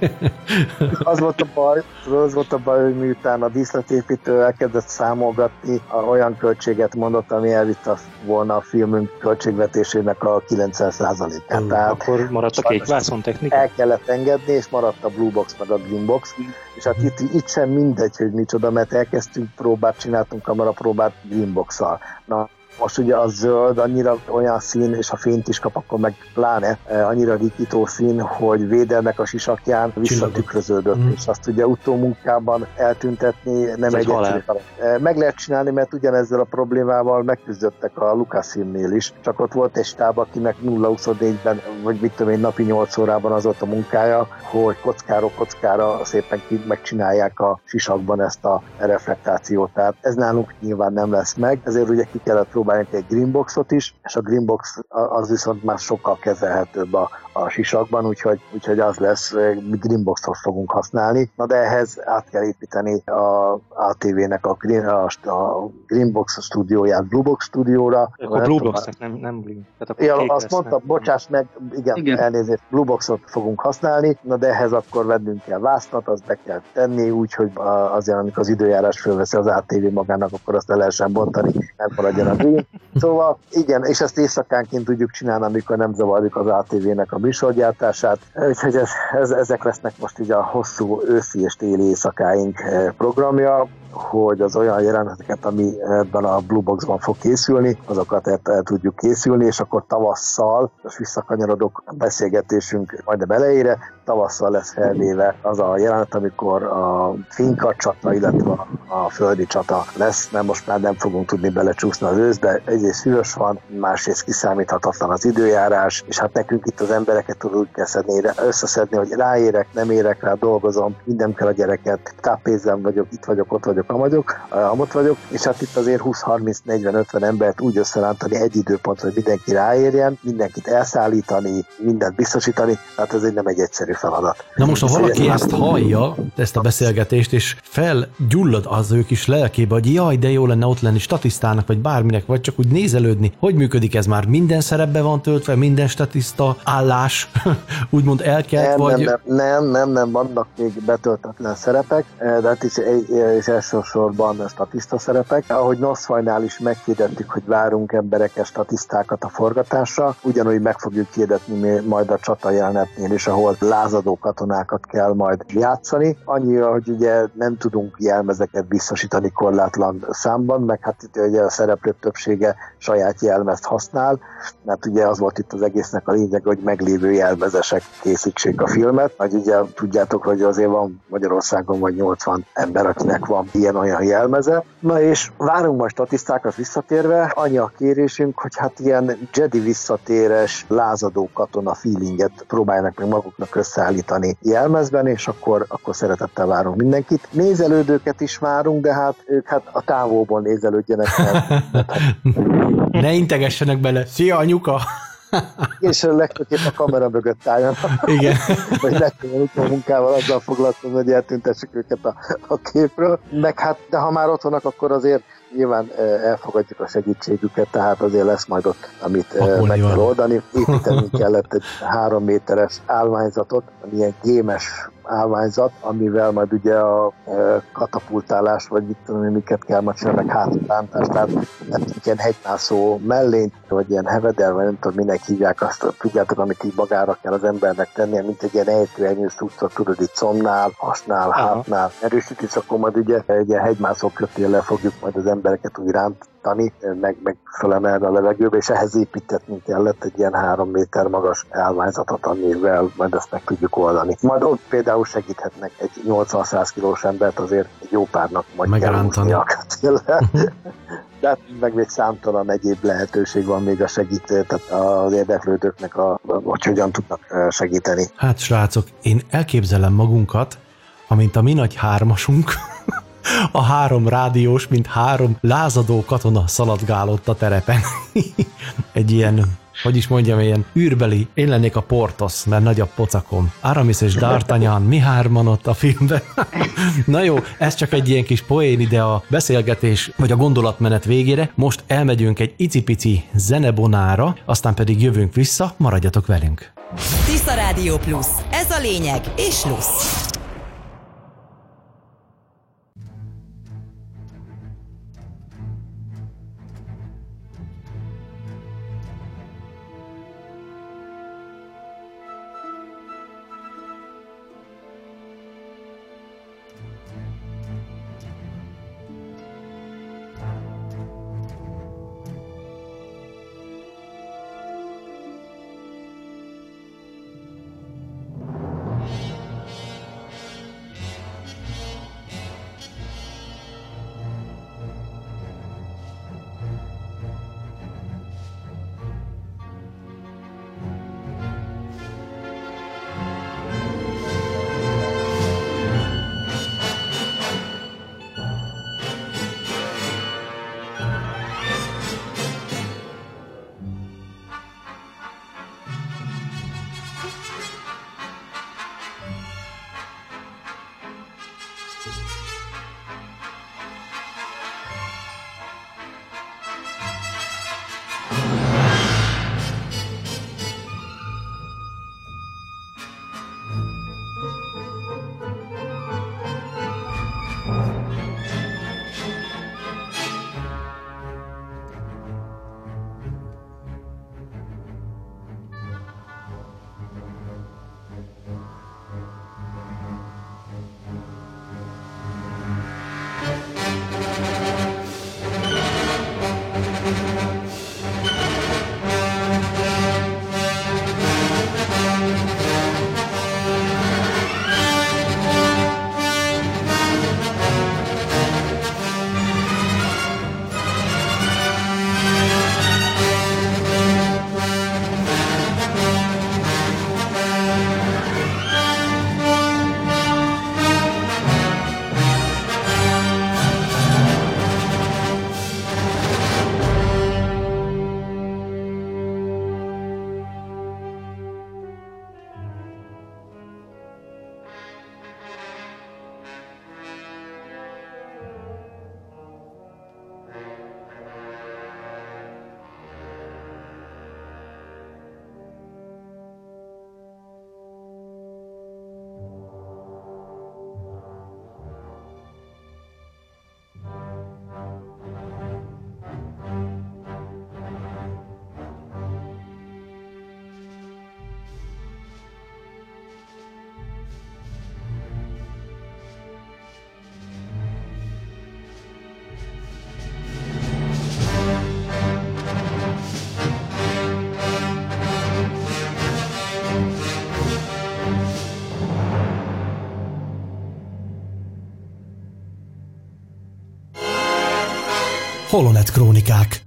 Az volt a baj, az volt a baj, hogy miután a díszletépítő elkezdett számolgatni, olyan költséget mondott, ami elvitte volna a filmünk költségvetésének a kilencven százalékát. Hmm, akkor maradt a kék vászon technika? El kellett engedni, és maradt a Blue Box meg a Green Box, és hát itt, itt sem mindegy, hogy micsoda, mert elkezdtünk próbát, csináltunk kamerapróbát Green Box-szal. Na, most ugye a zöld annyira olyan szín, és ha fényt is kap, akkor meg pláne annyira rikító szín, hogy Védernek a sisakján visszatükröződött, mm. és azt ugye utómunkában eltüntetni nem egy egyszerű feladat. Meg lehet csinálni, mert ugyanezzel a problémával megküzdöttek a Lucasfilmnél is, csak ott volt egy stáb, akinek nulla huszonnégyben, vagy mit tudom én, napi nyolc órában az volt a munkája, hogy kockáról kockára szépen megcsinálják a sisakban ezt a reflektációt. Tehát ez nálunk nyilván nem lesz meg, ezért ugye ki kellett próbálni egy Greenboxot is, és a Greenbox az viszont már sokkal kezelhetőbb a, a sisakban, úgyhogy, úgyhogy az lesz, mi Greenboxot fogunk használni. Na de ehhez át kell építeni a á té vé-nek a, Green, a, a Greenbox stúdióját Bluebox stúdióra. Akkor Bluebox, nem, nem Green. Ja, azt mondtam, bocsáss meg, igen, igen, elnézést, Blueboxot fogunk használni, na de ehhez akkor vennünk kell vásznat, azt be kell tenni, úgyhogy azért, amikor az időjárás fölveszi az á té vé magának, akkor azt el lehessen bontani, nem maradjon a Green. Szóval igen, és ezt éjszakánként tudjuk csinálni, amikor nem zavarjuk az á té vé-nek a műsorgyártását. Úgyhogy ez, ez, ezek lesznek most így a hosszú őszi és téli éjszakáink programja, hogy az olyan jeleneteket, ami ebben a Blue Boxban fog készülni, azokat el, el tudjuk készülni, és akkor tavasszal, most visszakanyarodok a beszélgetésünk majd a elejére, tavasszal lesz felvéve az a jelenet, amikor a fénykard csata, illetve a, a földi csata lesz, mert most már nem fogunk tudni belecsúszni az őszbe. Egyrészt hűvös van, másrészt kiszámíthatatlan az időjárás, és hát nekünk itt az embereket úgy kell szedni, összeszedni, hogy ráérek, nem érek rá, dolgozom, minden kell a gyereket, táppénzem vagyok, itt vagyok, ott vagyok, vagyok, amott vagyok, és hát itt azért húsz harminc negyven ötven embert úgy összerántani egy időpontra, hogy mindenki ráérjen, mindenkit elszállítani, mindent biztosítani, tehát ez egy nem egy egyszerű feladat. Na most, ha valaki ezt hallja, ezt a beszélgetést, és felgyullad az ő kis lelkébe, hogy jaj, de jó lenne ott lenni statisztának, vagy bárminek, vagy csak úgy nézelődni, hogy működik ez már? Minden szerepbe van töltve, minden statiszta állás, úgymond elkelt, nem, vagy... Nem, nem, nem, nem, nem, vannak még betöltetlen szerepek, de hát is, és elsősorban statiszta szerepek. Ahogy Noszfajnál is meghirdettük, hogy várunk embereket, statisztákat a forgatásra, ugyanúgy meg fogjuk hirdetni majd a csata jelenetnél is, ahol lázadó katonákat kell majd játszani. Annyira, hogy ugye nem tudunk jelmezeket biztosítani korlátlan számban, meg hát itt ugye a szereplők többsége saját jelmezt használ, mert ugye az volt itt az egésznek a lényeg, hogy meglévő jelmezesek készítsék a filmet. Vagy ugye tudjátok, hogy azért van Magyarországon vagy nyolcvan ember, akinek van ilyen-olyan jelmeze. Na és várunk majd statisztákat visszatérve, annyi a kérésünk, hogy hát ilyen Jedi visszatéres, lázadó katona feelinget próbálnak meg maguknak összeállítani jelmezben, és akkor, akkor szeretettel várunk mindenkit. Nézelődőket is várunk, de hát ők hát a távolból nézelődjenek. Ne integessenek bele. Szia, anyuka! És legtöbbképp a kamera mögött álljanak. Igen. Vagy legtöbb a munkával azzal foglalkozni, hogy eltüntessük őket a, a képről. Meg hát, de ha már ott vannak, akkor azért nyilván elfogadjuk a segítségüket, tehát azért lesz majd ott, amit akkor meg kell oldani. Építenünk kellett egy három méteres állványzatot, ilyen gémes állványzat, amivel majd ugye a katapultálás, vagy mit tudom, miket kell majd csinálni, meg hátulrántás, tehát ilyen hegymászó mellényt, vagy ilyen hevedel, vagy nem tudom, minek hívják azt, tudjátok, amit így magára kell az embernek tennie, mint egy ilyen ejtőernyős tudszor, tudod, itt combnál, hasnál, aha, hátnál erősítés, akkor majd ugye egy ilyen hegymászó kötéllel fogjuk majd az embereket úgy rántani, meg, meg fölemelni a levegőbe, és ehhez építetnünk kellett egy ilyen három méter magas állványzatot, amivel majd ezt meg tudjuk oldani. Majd ott például segíthetnek egy nyolcvan-száz kilós embert azért egy jó párnak majd kell húzni a kötéllel. De hát meg még számtalan egyéb lehetőség van még a segítő, tehát az érdeklődőknek, a, hogy hogyan tudnak segíteni. Hát srácok, én elképzelem magunkat, amint a mi nagy hármasunk, a három rádiós, mint három lázadó katona szaladgálott a terepen. Egy ilyen, hogy is mondjam, ilyen űrbeli, én lennék a Portos, mert nagy a pocakom. Aramis és D'Artagnan, mi hárman ott a filmben. Na jó, ez csak egy ilyen kis poén ide a beszélgetés, vagy a gondolatmenet végére. Most elmegyünk egy icipici zenebonára, aztán pedig jövünk vissza, maradjatok velünk. Tisza Rádió Plus. Ez a lényeg és lusz. Holonet Krónikák.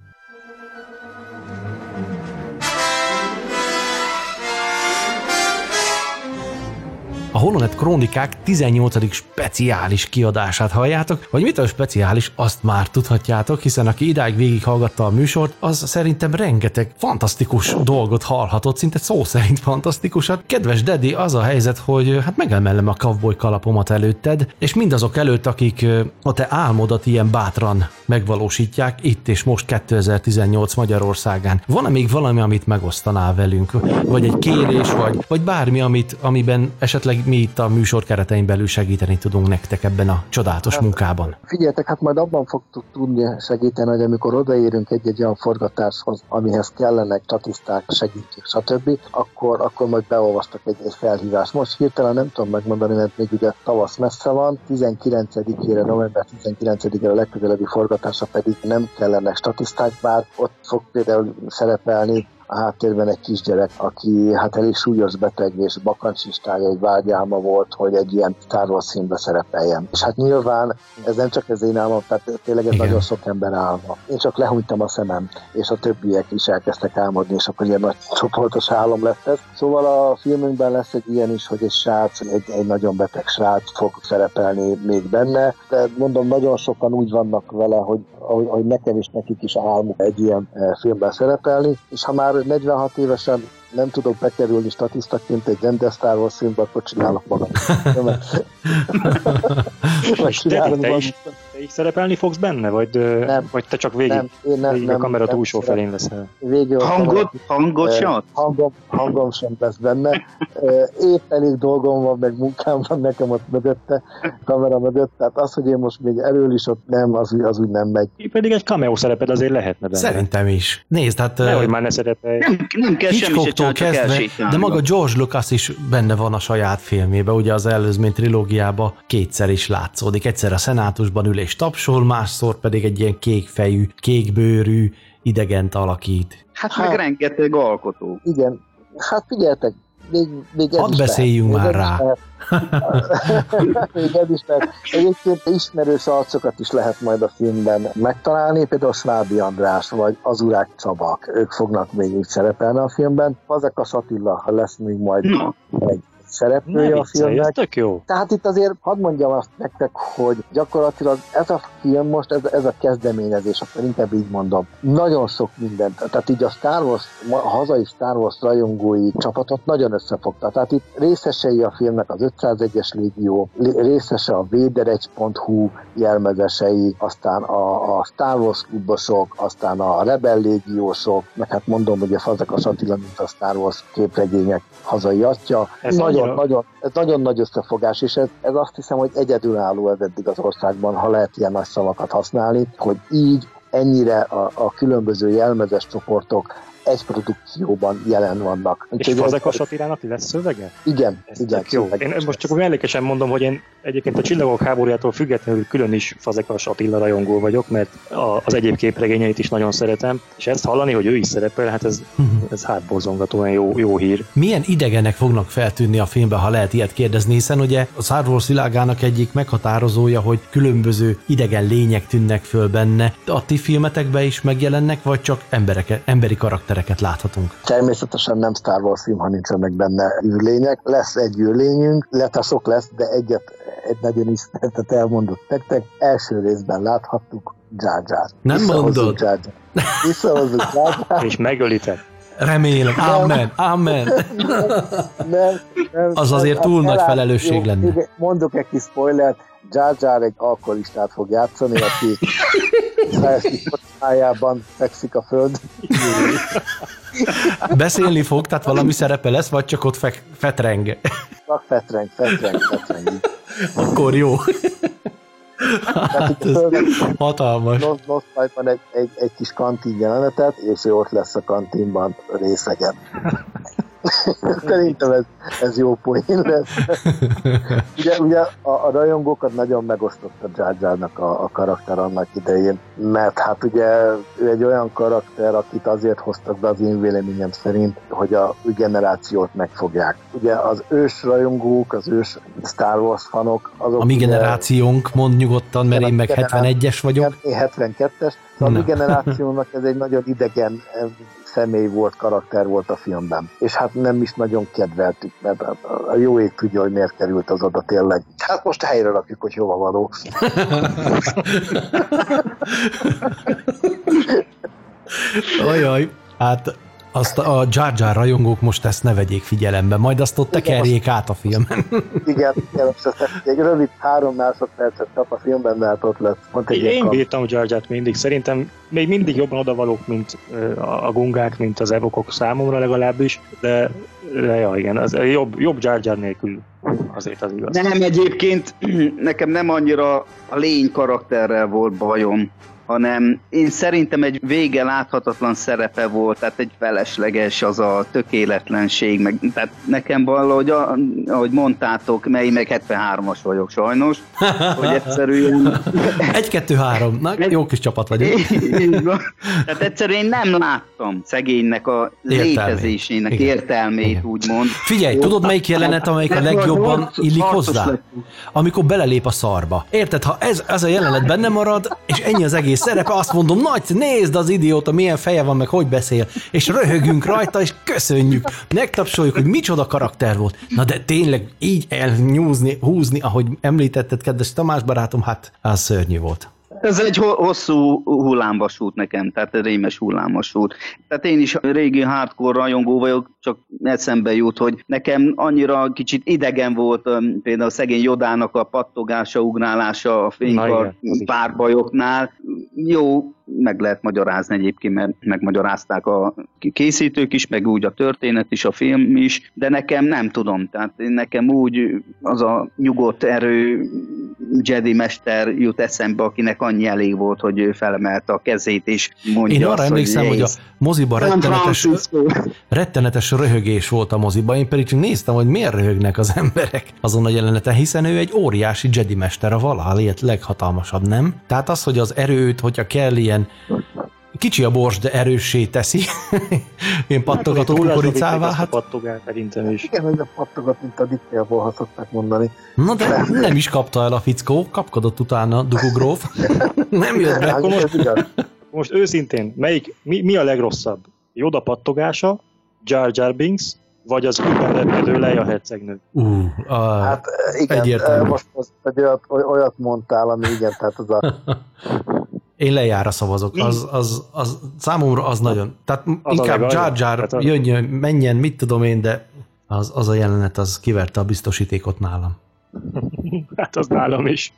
A Holonet Krónikák tizennyolcadik speciális kiadását halljátok, vagy mitől speciális, azt már tudhatjátok, hiszen aki idáig végighallgatta a műsort, az szerintem rengeteg fantasztikus dolgot hallhatott, szinte szó szerint fantasztikusat. Kedves Dedi, az a helyzet, hogy hát megemelem a cowboy kalapomat előtted, és mindazok előtt, akik a te álmodat ilyen bátran megvalósítják itt és most kétezer-tizennyolc Magyarországán. Van-e még valami, amit megosztanál velünk? Vagy egy kérés, vagy, vagy bármi, amit, amiben esetleg mi itt a műsor keretein belül segíteni tudunk nektek ebben a csodálatos hát, munkában? Figyeljetek, hát majd abban fogtuk tudni segíteni, hogy amikor odaérünk egy-egy olyan forgatáshoz, amihez kellenek statiszták, segítők, stb., akkor, akkor majd beolvastak egy, egy felhívást. Most hirtelen nem tudom megmondani, mert még ugye tavasz messze van, tizenkilencedikére, november tizenkilencedikére a legközelebbi forgatása pedig nem kellenek statiszták, bár ott fog például szerepelni a háttérben egy kisgyerek, aki hát elég súlyos beteg és bakancsistája, egy vágyálma volt, hogy egy ilyen Star Wars filmbe szerepeljen. És hát nyilván ez nem csak az én álmom, tehát tényleg ez nagyon sok ember álma. Én csak lehúnytam a szemem, és a többiek is elkezdtek álmodni, és akkor ilyen nagy csoportos álom lett ez. Szóval a filmünkben lesz egy ilyen is, hogy egy srác, egy, egy nagyon beteg srác fog szerepelni még benne, de mondom, nagyon sokan úgy vannak vele, hogy, hogy, hogy nekem is nekik is álmuk egy ilyen filmben szerepelni, és ha már negyvenhat évesen nem tudok bekerülni statisztaként egy rendes Star Wars filmbe, akkor csinálok magam. Vagy csinálom magam. Így szerepelni fogsz benne, vagy, nem, vagy te csak végig, nem, én nem, végig nem, a kamera nem, túlsó nem, felén leszel? Végül Hangot, hangosat? Hangom, hangom sem lesz benne. Épp elég dolgom van, meg munkám van nekem ott mögötte, kamera mögött, tehát az, hogy én most még erről is ott nem, az, az úgy nem megy. Így pedig egy cameo szereped azért lehetne benne. Szerintem is. Nézd, hát... Nehogy már ne szerepelj. Nem, nem kell semmi se csinálni, csak kezdve, de maga George Lucas is benne van a saját filmjében, ugye az előzmény trilógiában kétszer is látszódik. Egyszer a szenátusban ül és tapsol, másszor pedig egy ilyen kékfejű, kékbőrű idegent alakít. Hát, hát meg rengeteg alkotó. Igen. Hát figyeljetek, még, még ez hadd is beszéljünk lehet. már rá. Még ez is lehet. Egyébként ismerős arcokat is lehet majd a filmben megtalálni, például Svábi András vagy Azurák Csabak, ők fognak még így szerepelni a filmben. Fazekas Attila lesz még majd no. egy szereplője a filmnek. Ez tök jó. Tehát itt azért hadd mondjam azt nektek, hogy gyakorlatilag ez a film most, ez, ez a kezdeményezés, akkor inkább így mondom, nagyon sok mindent, tehát így a Star Wars, a hazai Star Wars rajongói csapatot nagyon összefogta. Tehát itt részesei a filmnek az ötszázegyes légió, részese a véderegy pont hu jelmezesei, aztán a, a Star Wars klubosok, aztán a Rebel légiósok, meg hát mondom, hogy a Fazekas Attila, mint a Star Wars képregények hazai atya. Ez nagyon Nagyon, nagyon, ez nagyon nagy összefogás, és ez, ez azt hiszem, hogy egyedülálló ez eddig az országban, ha lehet ilyen nagy szavakat használni, hogy így ennyire a, a különböző jelmezes csoportok egy produkcióban jelen vannak. És Fazekas Attilának lesz szövege? Igen, ez igen. Jó. Én most csak mellékesen mondom, hogy én egyébként a Csillagok háborújától függetlenül külön is Fazekas Attila rajongó vagyok, mert a, az egyéb képregényeit is nagyon szeretem, és ezt hallani, hogy ő is szerepel, hát ez, ez hátborzongatóan jó, jó hír. Milyen idegenek fognak feltűnni a filmben, ha lehet ilyet kérdezni, hiszen ugye a Star Wars világának egyik meghatározója, hogy különböző idegen lények tűnnek föl benne. A ti filmetekben is megjelennek, vagy csak emberek, emberi karakterek láthatunk? Természetesen nem Star Wars film, ha nincsenek benne űrlények. Lesz egy űrlényünk, letaszok lesz, de egyet, egy nagyon ismertet elmondott nektek. Első részben láthattuk Jar Jar. Nem mondod? Jar Jar. Visszahozzuk Jar Jar. És megölitek. Remélem. Amen. Amen. Nem, nem, az azért túl nagy felelősség lenne. Mondok egy kis spoilert. Jar Jar egy alkoholistát fog játszani, aki szájában fekszik a föld. Beszélni fog, tehát valami szerepe lesz, vagy csak ott fe- fetreng? Csak fetreng, fetreng, fetreng. Akkor jó. Hát ez hatalmas. Nosztályban egy, egy, egy kis kantin jelenetet, és ő ott lesz a kantinban részegen. Szerintem ez, ez jó poén lesz. Ugye, ugye a, a rajongókat nagyon megosztotta Jar Jarnak a, a karakter annak idején, mert hát ugye ő egy olyan karakter, akit azért hoztak be az én véleményem szerint, hogy a új generációt megfogják. Ugye az ős rajongók, az ős Star Wars fanok, azok... A mi generációnk, mond nyugodtan, mert én meg hetvenegyes vagyok. Én hetvenkettes, a mi generációnak ez egy nagyon idegen személy volt, karakter volt a filmben. És hát nem is nagyon kedveltük, mert a jó ég tudja, hogy miért került az oda tényleg. Hát most helyre rakjuk, hogy hova való. Ajaj, hát azt a Jar Jar rajongók most ezt ne vegyék figyelembe, majd azt ott tekerjék át a filmen. Igen, igen, egy rövid három másodpercet kap a filmben, de hát ott lesz. Én, én bírtam Jar Jart mindig, szerintem még mindig jobban odavalók, mint a gungák, mint az evokok számomra legalábbis, de, de ja, igen, az jobb, jobb Jar Jar nélkül azért az igaz. De nem, egyébként nekem nem annyira a lény karakterrel volt bajom, hanem én szerintem egy vége láthatatlan szerepe volt, tehát egy felesleges az a tökéletlenség, meg, tehát nekem valahogy, ahogy mondtátok, mely meg hetvenhármas vagyok sajnos, hogy egyszerűen... egy kettő három na jó kis csapat vagyok. Tehát egyszerűen én nem láttam szegénynek a létezésének értelmét, értelmét úgymond. Figyelj, jó, tudod melyik jelenet, amelyik a legjobban illik hozzá? Amikor belelép a szarba. Érted, ha ez, ez a jelenet benne marad, és ennyi az egész szerepe, azt mondom, nagy, nézd az idióta, milyen feje van, meg hogy beszél, és röhögünk rajta, és köszönjük, megtapsoljuk, hogy micsoda karakter volt. Na de tényleg így elnyúzni, húzni, ahogy említetted, kedves Tamás barátom, hát az szörnyű volt. Ez egy hosszú hullámvasút nekem, tehát rémes hullámvasút. Tehát én is régi hardcore rajongó vagyok, csak eszembe jut, hogy nekem annyira kicsit idegen volt például a szegény Yodának a pattogása, ugrálása a fénykar párbajoknál. Jó, meg lehet magyarázni egyébként, mert megmagyarázták a készítők is, meg úgy a történet is, a film is, de nekem nem tudom, tehát nekem úgy az a nyugodt erő Jedi mester jut eszembe, akinek annyi elég volt, hogy ő felemelte a kezét, és mondja Én arra azt, emlékszem, hogy, hogy a moziban rettenetes, rettenetes röhögés volt a moziban, én pedig csak néztem, hogy miért röhögnek az emberek azon a jeleneten, hiszen ő egy óriási Jedi mester, a valaha élt leghatalmasabb, nem? Tehát az, hogy az erőt, hogyha kell ilyen kicsi a bors, de erőssé teszi. Én pattogató kukoricává. Hát pattogál szerintem is. Igen, hogy a pattogat, mint a dikkelból, szokták mondani. Na de nem is kapta el a fickó, kapkodott utána Dugugróf. Nem jött be. Akkor most, most őszintén, melyik, mi, mi a legrosszabb? Yoda pattogása, Jar Jar Binks, vagy az külön repkedő Leia hercegnő? Uh, uh, hát igen, egyértelmű. Most, most egy olyat, olyat mondtál, ami igen, tehát az a... Én Leiára szavazok, az, az, az, számomra az nagyon, tehát az inkább Jar Jar jöjjön, menjen, mit tudom én, de az, az a jelenet, az kiverte a biztosítékot nálam. Hát az nálam is.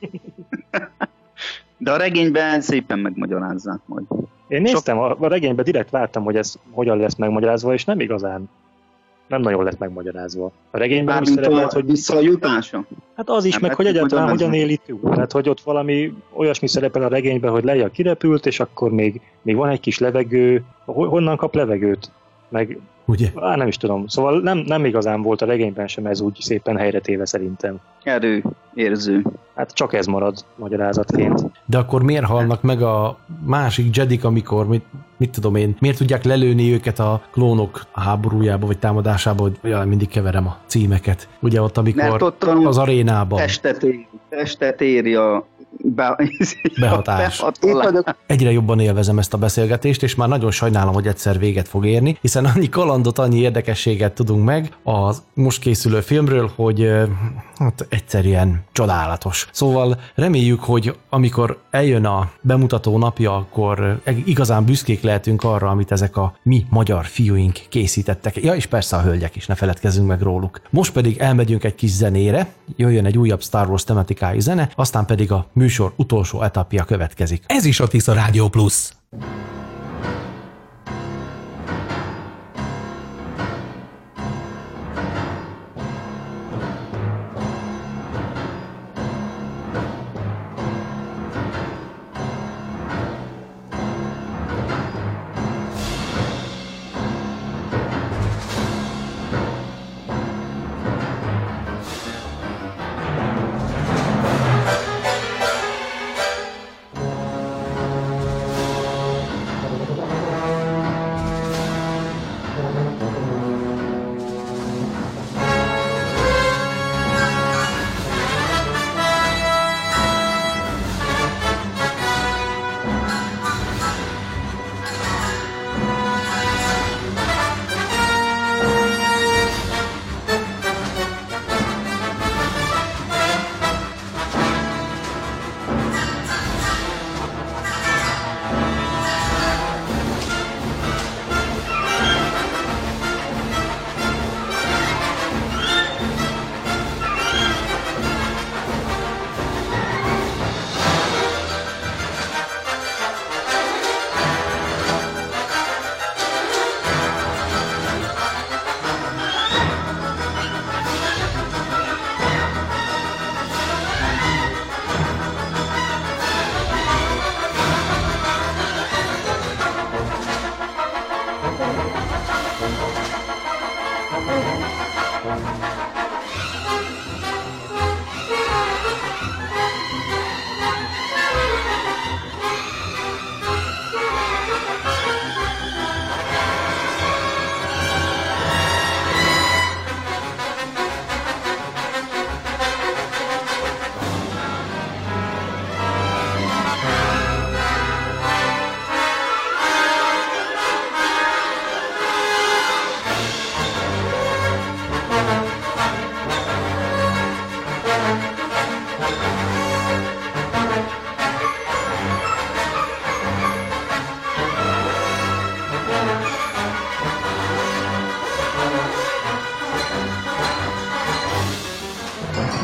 De a regényben szépen megmagyarázzák majd. Én néztem, a, a regényben direkt vártam, hogy ez hogyan lesz megmagyarázva, és nem igazán. Nem nagyon lett megmagyarázva. A regényben Bár is szerepelt, hogy... visszajutása? Hát az is, nem meg hogy egyáltalán hogyan éli túl. Tehát, hogy ott valami olyasmi szerepel a regényben, hogy Leia kirepült, és akkor még, még van egy kis levegő. Honnan kap levegőt? Meg... Ugye? Á, nem is tudom. Szóval nem, nem igazán volt a regényben sem ez úgy szépen helyretéve szerintem. Erő, érző. Hát csak ez marad magyarázatként. De akkor miért halnak meg a másik Jedik, amikor, mit, mit tudom én, miért tudják lelőni őket a klónok háborújába, vagy támadásába, hogy jaj, mindig keverem a címeket. Ugye ott, amikor ott az arénában. Testet éri, testet éri a be, behatás. Egyre jobban élvezem ezt a beszélgetést, és már nagyon sajnálom, hogy egyszer véget fog érni, hiszen annyi kalandot, annyi érdekességet tudunk meg a most készülő filmről, hogy hát egyszerűen csodálatos. Szóval reméljük, hogy amikor eljön a bemutató napja, akkor igazán büszkék lehetünk arra, amit ezek a mi magyar fiúink készítettek. Ja, és persze a hölgyek is, ne feledkezzünk meg róluk. Most pedig elmegyünk egy kis zenére, jöjjön egy újabb Star Wars tematikájú zene, aztán pedig a műsor utolsó etapja következik. Ez is a Tisza Rádió Plusz.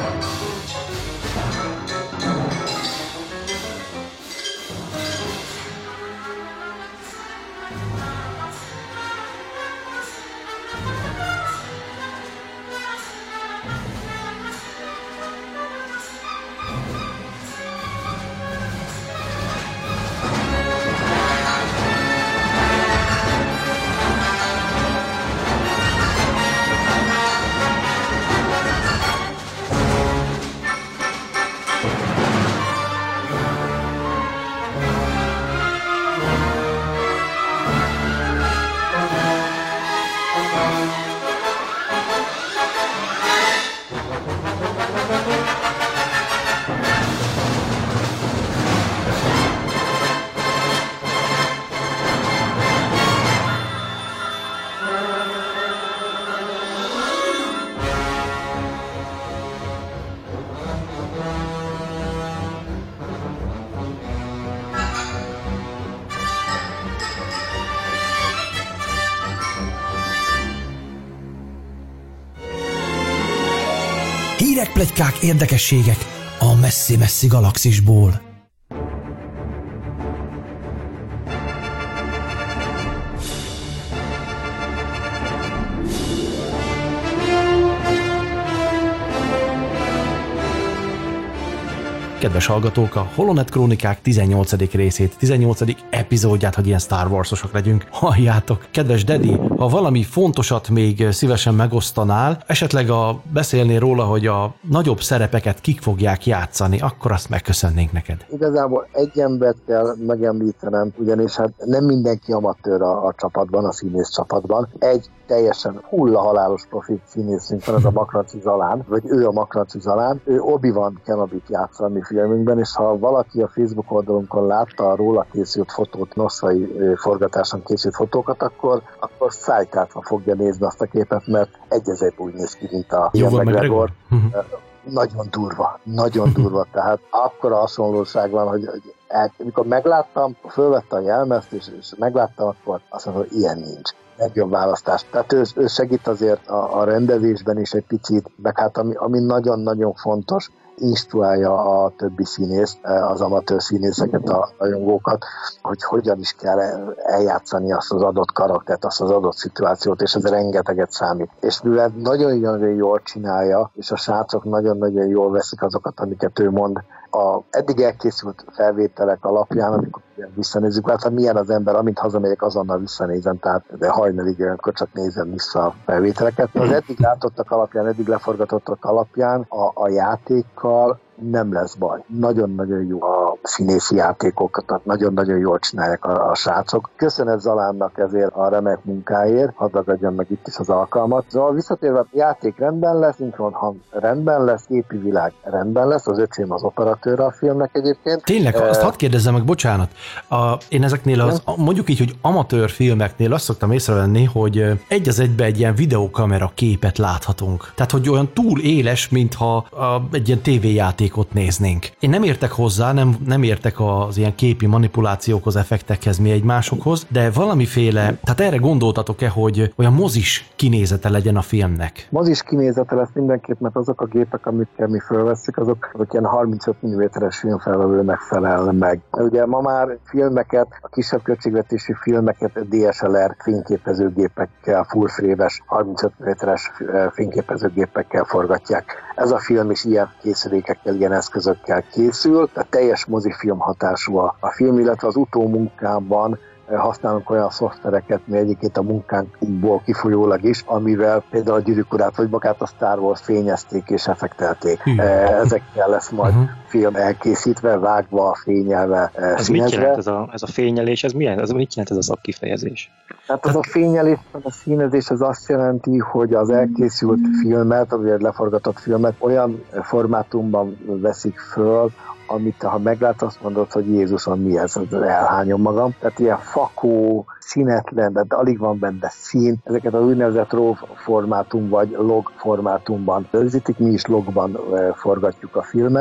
Hírek, pletykák, érdekességek a messzi-messzi galaxisból. Kedves hallgatók, a Holonet Krónikák tizennyolcadik részét, tizennyolcadik epizódját, hogy ilyen Star Wars-osok legyünk, halljátok. Kedves Dedi, ha valami fontosat még szívesen megosztanál, esetleg a, beszélnél róla, hogy a nagyobb szerepeket kik fogják játszani, akkor azt megköszönnénk neked. Igazából egy embert kell megemlítenem, ugyanis hát nem mindenki amatőr a, a csapatban, a színész csapatban. Egy teljesen hullahalálos profit színészünk van, az a Makranci Zalán, vagy ő a Makranci Zalán. Ő Obi-Wan Kenobit játsz a mi filmünkben, és ha valaki a Facebook oldalunkon látta a róla készült fotót, nosszai forgatáson készült fotókat, akkor, akkor szájtátva fogja nézni azt a képet, mert egyezért úgy néz ki, mint a Ian McGregor. Nagyon durva, nagyon durva, tehát akkora hasonlóság van, hogy, hogy el, amikor megláttam, fölvettem a jelmezt, és, és megláttam, akkor azt mondom, hogy ilyen nincs. Legjobb választás. Tehát ő, ő segít azért a, a rendezésben is egy picit, meg hát ami, ami nagyon-nagyon fontos, instruálja a többi színész, az amatőr színészeket, a rajongókat, hogy hogyan is kell eljátszani azt az adott karaktert, azt az adott szituációt, és ez rengeteget számít. És mivel nagyon-nagyon jól csinálja, és a srácok nagyon-nagyon jól veszik azokat, amiket ő mond, a eddig elkészült felvételek alapján, amikor visszanézzük, hát milyen az ember, amint hazamegyek, azonnal visszanézem, tehát de hajnalig olyankor csak nézem vissza a felvételeket. Az eddig látottak alapján, eddig leforgatottak alapján a, a játékkal nem lesz baj. Nagyon-nagyon jó a színészi játékokat, tehát nagyon-nagyon jól csinálják a, a srácok. Köszönet Zalánnak ezért a remek munkáért, hadd ragadjam meg itt is az alkalmat. Szóval visszatérve, játék rendben lesz, szinkron hang rendben lesz, képi világ rendben lesz, az öcsém az operatőr a filmnek egyébként. Tényleg, e... azt hadd kérdezzem meg, bocsánat, a, én ezeknél az, mondjuk így, hogy amatőr filmeknél azt szoktam észrevenni, hogy egy az egybe egy ilyen videókamera képet láthatunk. Tehát, hogy olyan túl éles, mintha a, egy ilyen tévéjátékot néznénk. Én nem értek hozzá, nem, nem értek az ilyen képi manipulációkhoz, effektekhez, mi egymásokhoz, de valamiféle, tehát erre gondoltatok-e, hogy olyan mozis kinézete legyen a filmnek? Mozis kinézete lesz mindenképp, mert azok a gépek, amikkel mi fölveszik, azok, azok ilyen harmincöt milliméteres filmfelvevőnek felel meg. Ugye ma már filmeket, a kisebb költségvetésű filmeket dé es el er fényképezőgépekkel, full frame-es harmincöt milliméteres fényképezőgépekkel forgatják. Ez a film is ilyen készülékekkel, ilyen eszközökkel készül, tehát teljes mozifilm hatású a, a film, illetve az utómunkámban használunk olyan szoftvereket, mi egyébként a munkánkból kifolyólag is, amivel például a Gyűrűk Urát vagy magát a Star Wars fényezték és effektelték. Hmm. Ezekkel lesz majd uh-huh. film elkészítve, vágva, fényelve, ez színezve. Mit jelent ez a, ez a fényelés? Ez milyen? Ez mit jelent ez a szakkifejezés? Tehát az a fényelés, a színezés az azt jelenti, hogy az elkészült filmet, vagy egy leforgatott filmet olyan formátumban veszik föl, amit ha meglát, azt mondod, hogy Jézusom, mi ez, elhányom magam. Tehát ilyen fakó, színetlen, de alig van benne szín. Ezeket az úgynevezett RAW formátum vagy log formátumban rögzítik, mi is logban forgatjuk a filmet,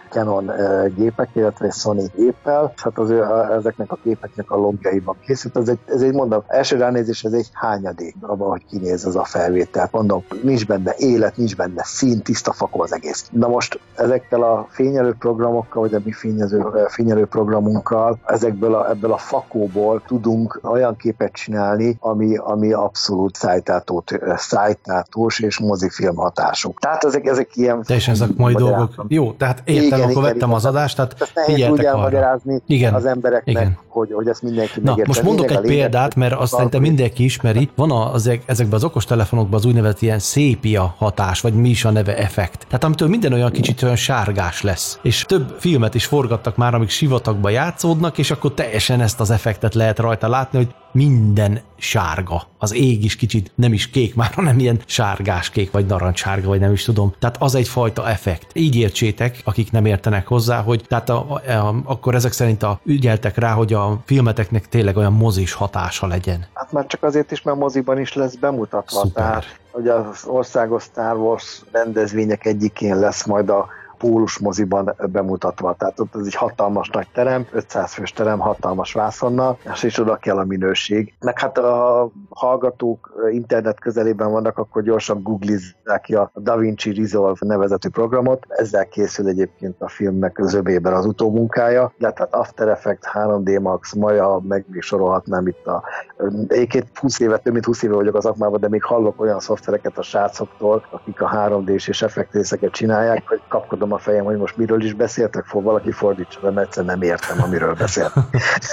Canon gépek, illetve egy Sony géppel, és hát az ő, ezeknek a gépeknek a logjaiban készült. Ez egy, ez egy mondom, első ránézés ez egy hányadék, abban, hogy kinéz az a felvétel. Mondom, nincs benne élet, nincs benne szín, tiszta fakó az egész. Na most ezekkel a fényelő programokkal, vagy a mi fényező, fényelő programunkkal, ezekből a, ebből a fakóból tudunk olyan képet csinálni, ami, ami abszolút szájtátós és mozifilm hatású. Tehát ezek, ezek ilyen... Teljesen szakmai dolgok. Jó, tehát értem, igen, akkor igen, vettem igen, az adást, tehát figyeljetek arra. Elmagyarázni igen, az embereknek, igen. Hogy, hogy ezt mindenki megérte. Most mondok egy példát, mert azt szerintem mindenki ismeri. Van az, ezekben az okostelefonokban az úgynevezett ilyen szépia hatás, vagy mi is a neve effekt. Tehát amitől minden olyan kicsit olyan sárgás lesz. És több filmet is forgattak már, amik sivatagban játszódnak, és akkor teljesen ezt az effektet lehet rajta látni, hogy minden sárga. Az ég is kicsit nem is kék már, hanem ilyen sárgás-kék, vagy narancssárga, vagy nem is tudom. Tehát az egyfajta effekt. Így értsétek, akik nem értenek hozzá, hogy tehát a, a, akkor ezek szerint a, ügyeltek rá, hogy a filmeteknek tényleg olyan mozis hatása legyen. Hát már csak azért is, mert moziban is lesz bemutatva. Szuper. Tehát, hogy az országos Star Wars rendezvények egyikén lesz majd a Pólus moziban bemutatva. Tehát ott ez egy hatalmas nagy terem, ötszáz fős terem, hatalmas vászonnal, és oda kell a minőség. Meg hát a hallgatók internet közelében vannak, akkor gyorsan googlizzák ki a DaVinci Resolve nevezetű programot. Ezzel készül egyébként a filmnek zöbében az utómunkája. De hát After Effects, három dé Max, Maya, meg még sorolhatnám itt a... Egyébként húsz éve, több mint húsz éve vagyok az akmában, de még hallok olyan szoftvereket a srácoktól, akik a három dés és effektrészeket csinálják, hogy kapkodom a fejem, hogy most miről is beszéltek, fog valaki fordítsa, de egyszerűen nem értem, amiről beszéltek.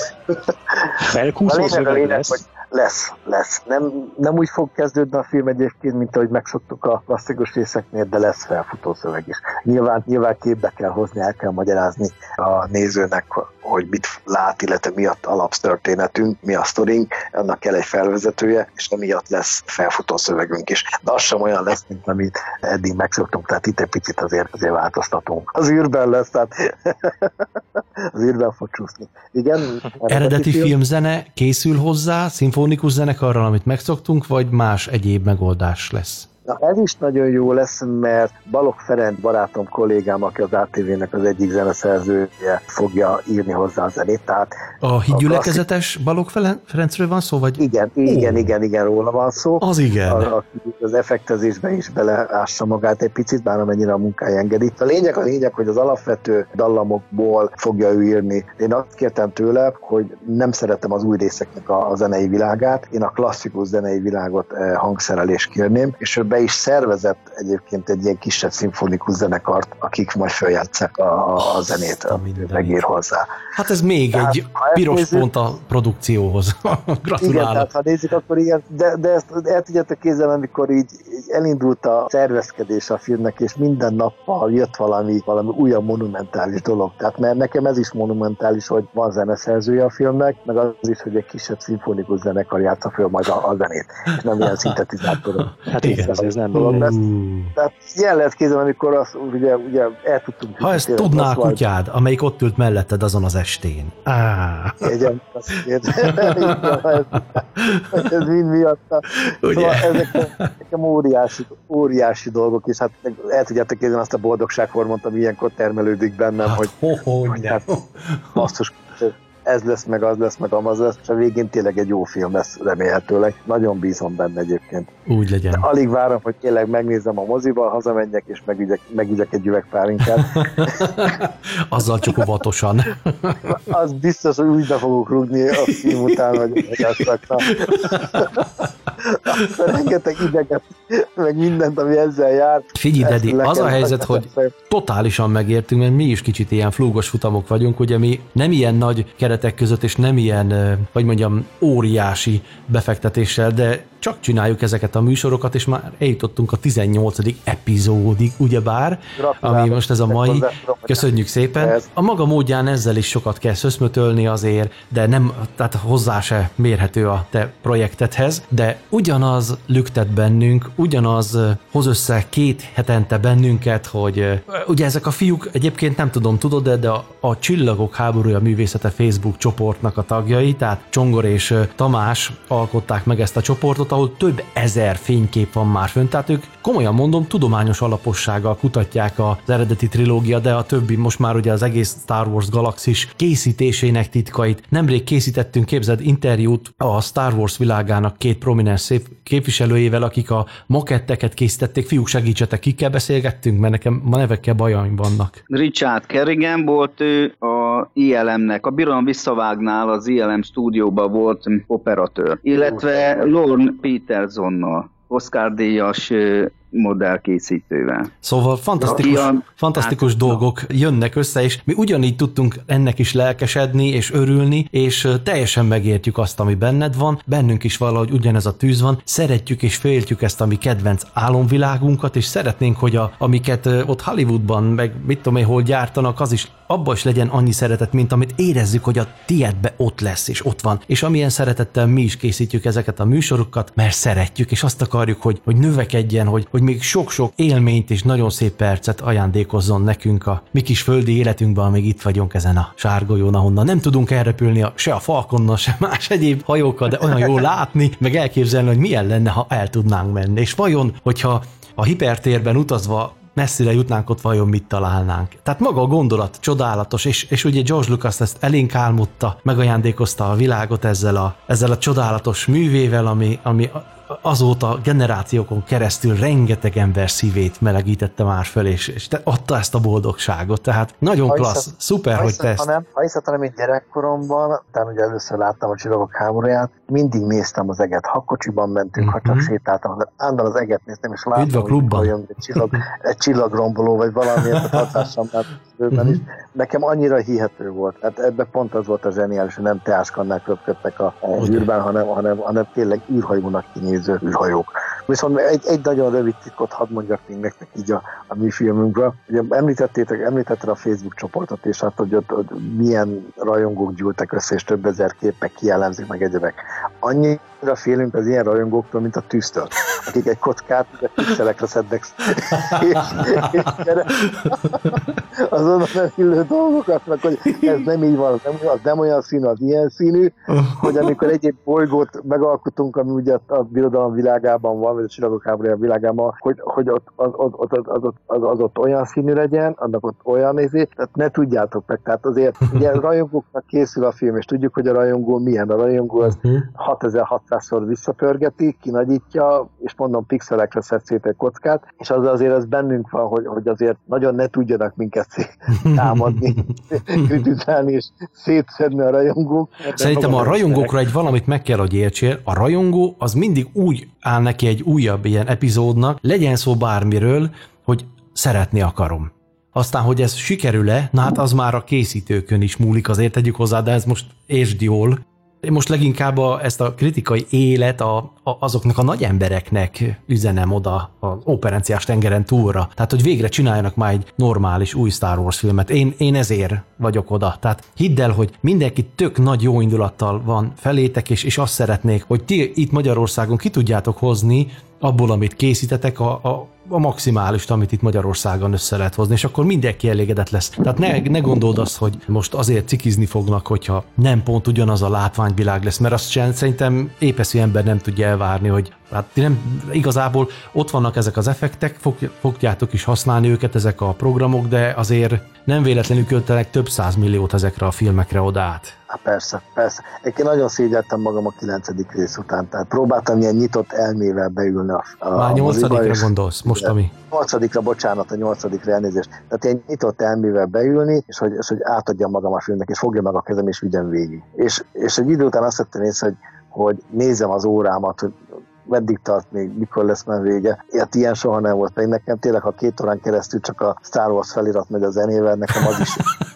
Felkúszó szöveg lesz? Hogy lesz, lesz. Nem, nem úgy fog kezdődni a film egyébként, mint ahogy megszoktuk a klasszikus részeknél, de lesz felfutó szöveg is. Nyilván, nyilván képbe kell hozni, el kell magyarázni a nézőnek, hogy mit lát, illetve mi a alaptörténetünk, mi a sztorink, annak kell egy felvezetője, és emiatt lesz felfutó szövegünk is. De az sem olyan lesz, mint amit eddig megszoktunk, tehát itt egy picit azért, azért változtatunk. Az űrben lesz, tehát az űrben fog csúszni. Igen. Eredeti film? filmzene készül hozzá, szimfonikus zenekarral, amit megszoktunk, vagy más egyéb megoldás lesz? Na, ez is nagyon jó lesz, mert Balogh Ferenc barátom, kollégám, aki az á té vé-nek az egyik zeneszerzője, fogja írni hozzá a zenét. Tehát a hídgyülekezetes klasszik... Balogh Ferencről van szó? Vagy? Igen, oh. igen, igen, igen, róla van szó. Az igen. A, aki az effektezésben is beleássa magát egy picit, bár amennyire a munkája engedi. A lényeg a lényeg, hogy az alapvető dallamokból fogja ő írni. Én azt kértem tőle, hogy nem szeretem az új részeknek a, a zenei világát, én a klasszikus zenei világot eh, hangszerelést kérném, és ő be is szervezett egyébként egy ilyen kisebb szimfonikus zenekart, akik majd feljátszák a, a, a zenét, amit megír hozzá. Hát ez még tehát, egy piros nézzük, pont a produkcióhoz. Gratulálok. Igen, tehát ha nézzük, akkor igen, de, de ezt el tudjátok kézzel, amikor így, így elindult a szervezkedés a filmnek, és minden nappal jött valami, valami újabb monumentális dolog. Tehát mert nekem ez is monumentális, hogy van zeneszerzője a filmnek, meg az is, hogy egy kisebb szimfonikus zenekar játsza föl majd a, a zenét, és nem ilyen szintetizátorok. Hát igen, ez nem dolog lesz. Tehát ilyen lehet kézzel, amikor azt ugye, ugye el tudtunk... Ha ezt tudná a kutyád, amelyik ott ült melletted azon az estén. Á. Egyen, ez mind miatta. Szóval ezek nekem óriási, óriási dolgok, és hát el tudjátok kézni azt a boldogsághormont, ami ilyenkor termelődik bennem, hát, hogy, ho, hogy hát, basszus, ez lesz, meg az lesz, meg amaz lesz, és a végén tényleg egy jó film lesz remélhetőleg. Nagyon bízom benne egyébként. Úgy legyen. De alig várom, hogy tényleg megnézem a moziba, hazamenjek, és megügyek, megügyek egy üveg pálinkát. Azzal csak óvatosan. Az biztos, hogy úgy be fogok rúgni a film után, hogy megasztakna. Aztán rengeteg ideget, meg mindent, ami ezzel jár. Figyelj, Dedi, az a helyzet, hogy totálisan megértünk, mert mi is kicsit ilyen flúgos futamok vagyunk, ugye mi nem ilyen nagy keretek között, és nem ilyen, vagy mondjam, óriási befektetéssel, de csak csináljuk ezeket a műsorokat, és már eljutottunk a tizennyolcadik epizódig, ugyebár, ami most ez a mai. Köszönjük szépen. A maga módján ezzel is sokat kell szöszmötölni azért, de nem, tehát hozzá se mérhető a te projektedhez, de ugyanaz lüktet bennünk, ugyanaz hoz össze két hetente bennünket, hogy ugye ezek a fiúk, egyébként nem tudom, tudod, de a, a Csillagok háborúja művészete Facebook csoportnak a tagjai, tehát Csongor és Tamás alkották meg ezt a csoportot, ahol több ezer fénykép van már fönt, tehát ők komolyan mondom, tudományos alapossággal kutatják az eredeti trilógia, de a többi most már ugye az egész Star Wars galaxis készítésének titkait. Nemrég készítettünk, képzeld, interjút a Star Wars világának két prominens szép képviselőjével, akik a maketteket készítették. Fiúk, segítsetek, kikkel beszélgettünk, mert nekem ma nevekkel bajaim vannak. Richard Kerrigan volt, ő a I L M-nek, a Birodalom visszavágnál az I L M stúdióban volt operatőr, illetve Lorne Petersonnal, Oscar-díjas modellkészítővel. Szóval fantasztikus, Ilyen, fantasztikus hát, dolgok jönnek össze, és mi ugyanígy tudtunk ennek is lelkesedni és örülni, és teljesen megértjük azt, ami benned van, bennünk is valahogy ugyanez a tűz van, szeretjük és féltjük ezt a mi kedvenc álomvilágunkat, és szeretnénk, hogy a, amiket ott Hollywoodban, meg mit tudom én, hol gyártanak, az is abba is legyen annyi szeretet, mint amit érezzük, hogy a tiédbe ott lesz, és ott van. És amilyen szeretettel mi is készítjük ezeket a műsorokat, mert szeretjük, és azt akarjuk, hogy, hogy növekedjen, hogy, hogy még sok-sok élményt és nagyon szép percet ajándékozzon nekünk a mi kis földi életünkben, amíg itt vagyunk ezen a sárgolyón, ahonnan nem tudunk elrepülni a, se a Falconnal, se más egyéb hajókkal, de olyan jó látni, meg elképzelni, hogy milyen lenne, ha el tudnánk menni. És vajon, hogyha a hipertérben utazva messzire jutnánk, ott vajon mit találnánk. Tehát maga a gondolat csodálatos, és, és ugye George Lucas ezt elénk álmodta, megajándékozta a világot ezzel a, ezzel a csodálatos művével, ami, ami azóta generációkon keresztül rengeteg ember szívét melegítette már fel, és, és te adta ezt a boldogságot. Tehát nagyon klassz, hiszed, szuper, hogy te ezt... Hanem, ha hiszed, hanem itt gyerekkoromban, utána ugye először láttam a Csillagok háborúját, mindig néztem az eget, ha kocsiban mentünk, uh-huh. ha csak sétáltam, de állandóan az eget néztem, és láttam, hogy jön egy, csillag, egy csillagromboló, vagy valami, ezt a hatással uh-huh. is. Nekem annyira hihető volt. Hát ebben pont az volt a zseniális, hogy nem teáskannák röpködtek a űrben, hanem, hanem, hanem tényleg űrhajónak kinéző űrhajók. Viszont egy, egy nagyon rövid titkot hadd mondjak még nektek így a, a mi filmünkből. Ugye említettétek, említetted a Facebook csoportot, és hát, hogy ott, ott milyen rajongók gyűltek össze, és több ezer képek kijellemzik meg egyebek. Annyira félünk az ilyen rajongóktól, mint a tűztől, akik egy kockát de pixelekre szednek és, és azonnal nem illő dolgokat, meg hogy ez nem így van, az nem, az nem olyan színű, az ilyen színű, hogy amikor egyéb bolygót megalkotunk, ami ugye a birodalom világában van, vagy a Csillagok háborúja világában, hogy, hogy ott, az, az, az, az, az, az ott olyan színű legyen, annak ott olyan nézé, tehát ne tudjátok meg. Tehát azért ugye rajongóknak készül a film, és tudjuk, hogy a rajongó milyen. A rajongó az hatezer-hatszázszor visszapörgeti, kinagyítja, és mondom, pixelekre szed szét egy kockát, és az azért az bennünk van, hogy, hogy azért nagyon ne tudjanak minket támadni, kritizálni, és szétszedni a rajongók. Szerintem a rajongókra egy valamit meg kell, hogy értsél. A rajongó az mindig úgy áll neki egy újabb ilyen epizódnak, legyen szó bármiről, hogy szeretni akarom. Aztán, hogy ez sikerül-e, na hát az már a készítőkön is múlik, azért tegyük hozzá, de ez most értsd jól. Én most leginkább a, ezt a kritikai élet a, a, azoknak a nagy embereknek üzenem oda az operenciás tengeren túlra. Tehát, hogy végre csináljanak már egy normális új Star Wars filmet. Én, én ezért vagyok oda. Tehát hidd el, hogy mindenki tök nagy jó indulattal van felétek, és, és azt szeretnék, hogy ti itt Magyarországon ki tudjátok hozni abból, amit készítetek, a, a, a maximálist, amit itt Magyarországon össze lehet hozni, és akkor mindenki elégedett lesz. Tehát ne, ne gondold azt, hogy most azért cikizni fognak, hogyha nem pont ugyanaz a látványvilág lesz, mert azt sem, szerintem épeszű ember nem tudja elvárni, hogy hát nem, igazából ott vannak ezek az effektek, fog, fogjátok is használni őket, ezek a programok, de azért nem véletlenül költenek több százmilliót ezekre a filmekre oda át. Há, persze, persze. Én nagyon szégyeltem magam a kilencedik rész után, tehát próbáltam ilyen nyitott elmével beülni a, a Már nyolcadikra gondolsz, most ami? Nyolcadikra, bocsánat, a nyolcadikra elnézést. Tehát ilyen nyitott elmével beülni, és hogy, és hogy átadjam magam a filmnek, és fogja meg a kezem, és vigyem végig. És, és egy idő után azt vettem észre, hogy, hogy nézem az órámat, hogy meddig tart még, mikor lesz már vége. Hát ilyen soha nem volt, pedig nekem tényleg, ha két órán keresztül csak a Star Wars felirat megy a zenével, nekem az is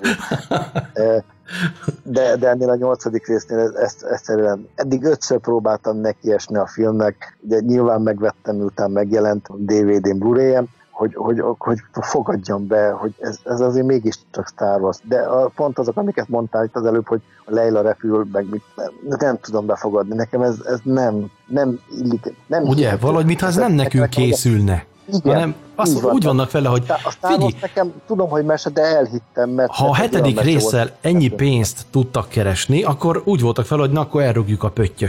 de, de ennél a nyolcadik résznél ezt, ezt erően. Eddig ötször próbáltam nekiesni a filmnek, de nyilván megvettem, miután megjelent dé vé dén, Blu-ray-en, hogy, hogy, hogy fogadjam be, hogy ez, ez azért mégiscsak Star Wars. De a, pont azok, amiket mondtál itt az előbb, hogy a Leila repül, meg mit, nem, nem tudom befogadni. Nekem ez, ez nem, nem illik. Nem ugye, hihető. Valahogy mintha ez nem nekünk készülne. Igen, hanem azt van, úgy vannak vele, hogy figyelj, nekem tudom, hogy mese, de elhittem, mert... Ha a hetedik résszel ennyi pénzt tudtak keresni, akkor úgy voltak fel, hogy na, akkor elrúgjuk a pöttyöst.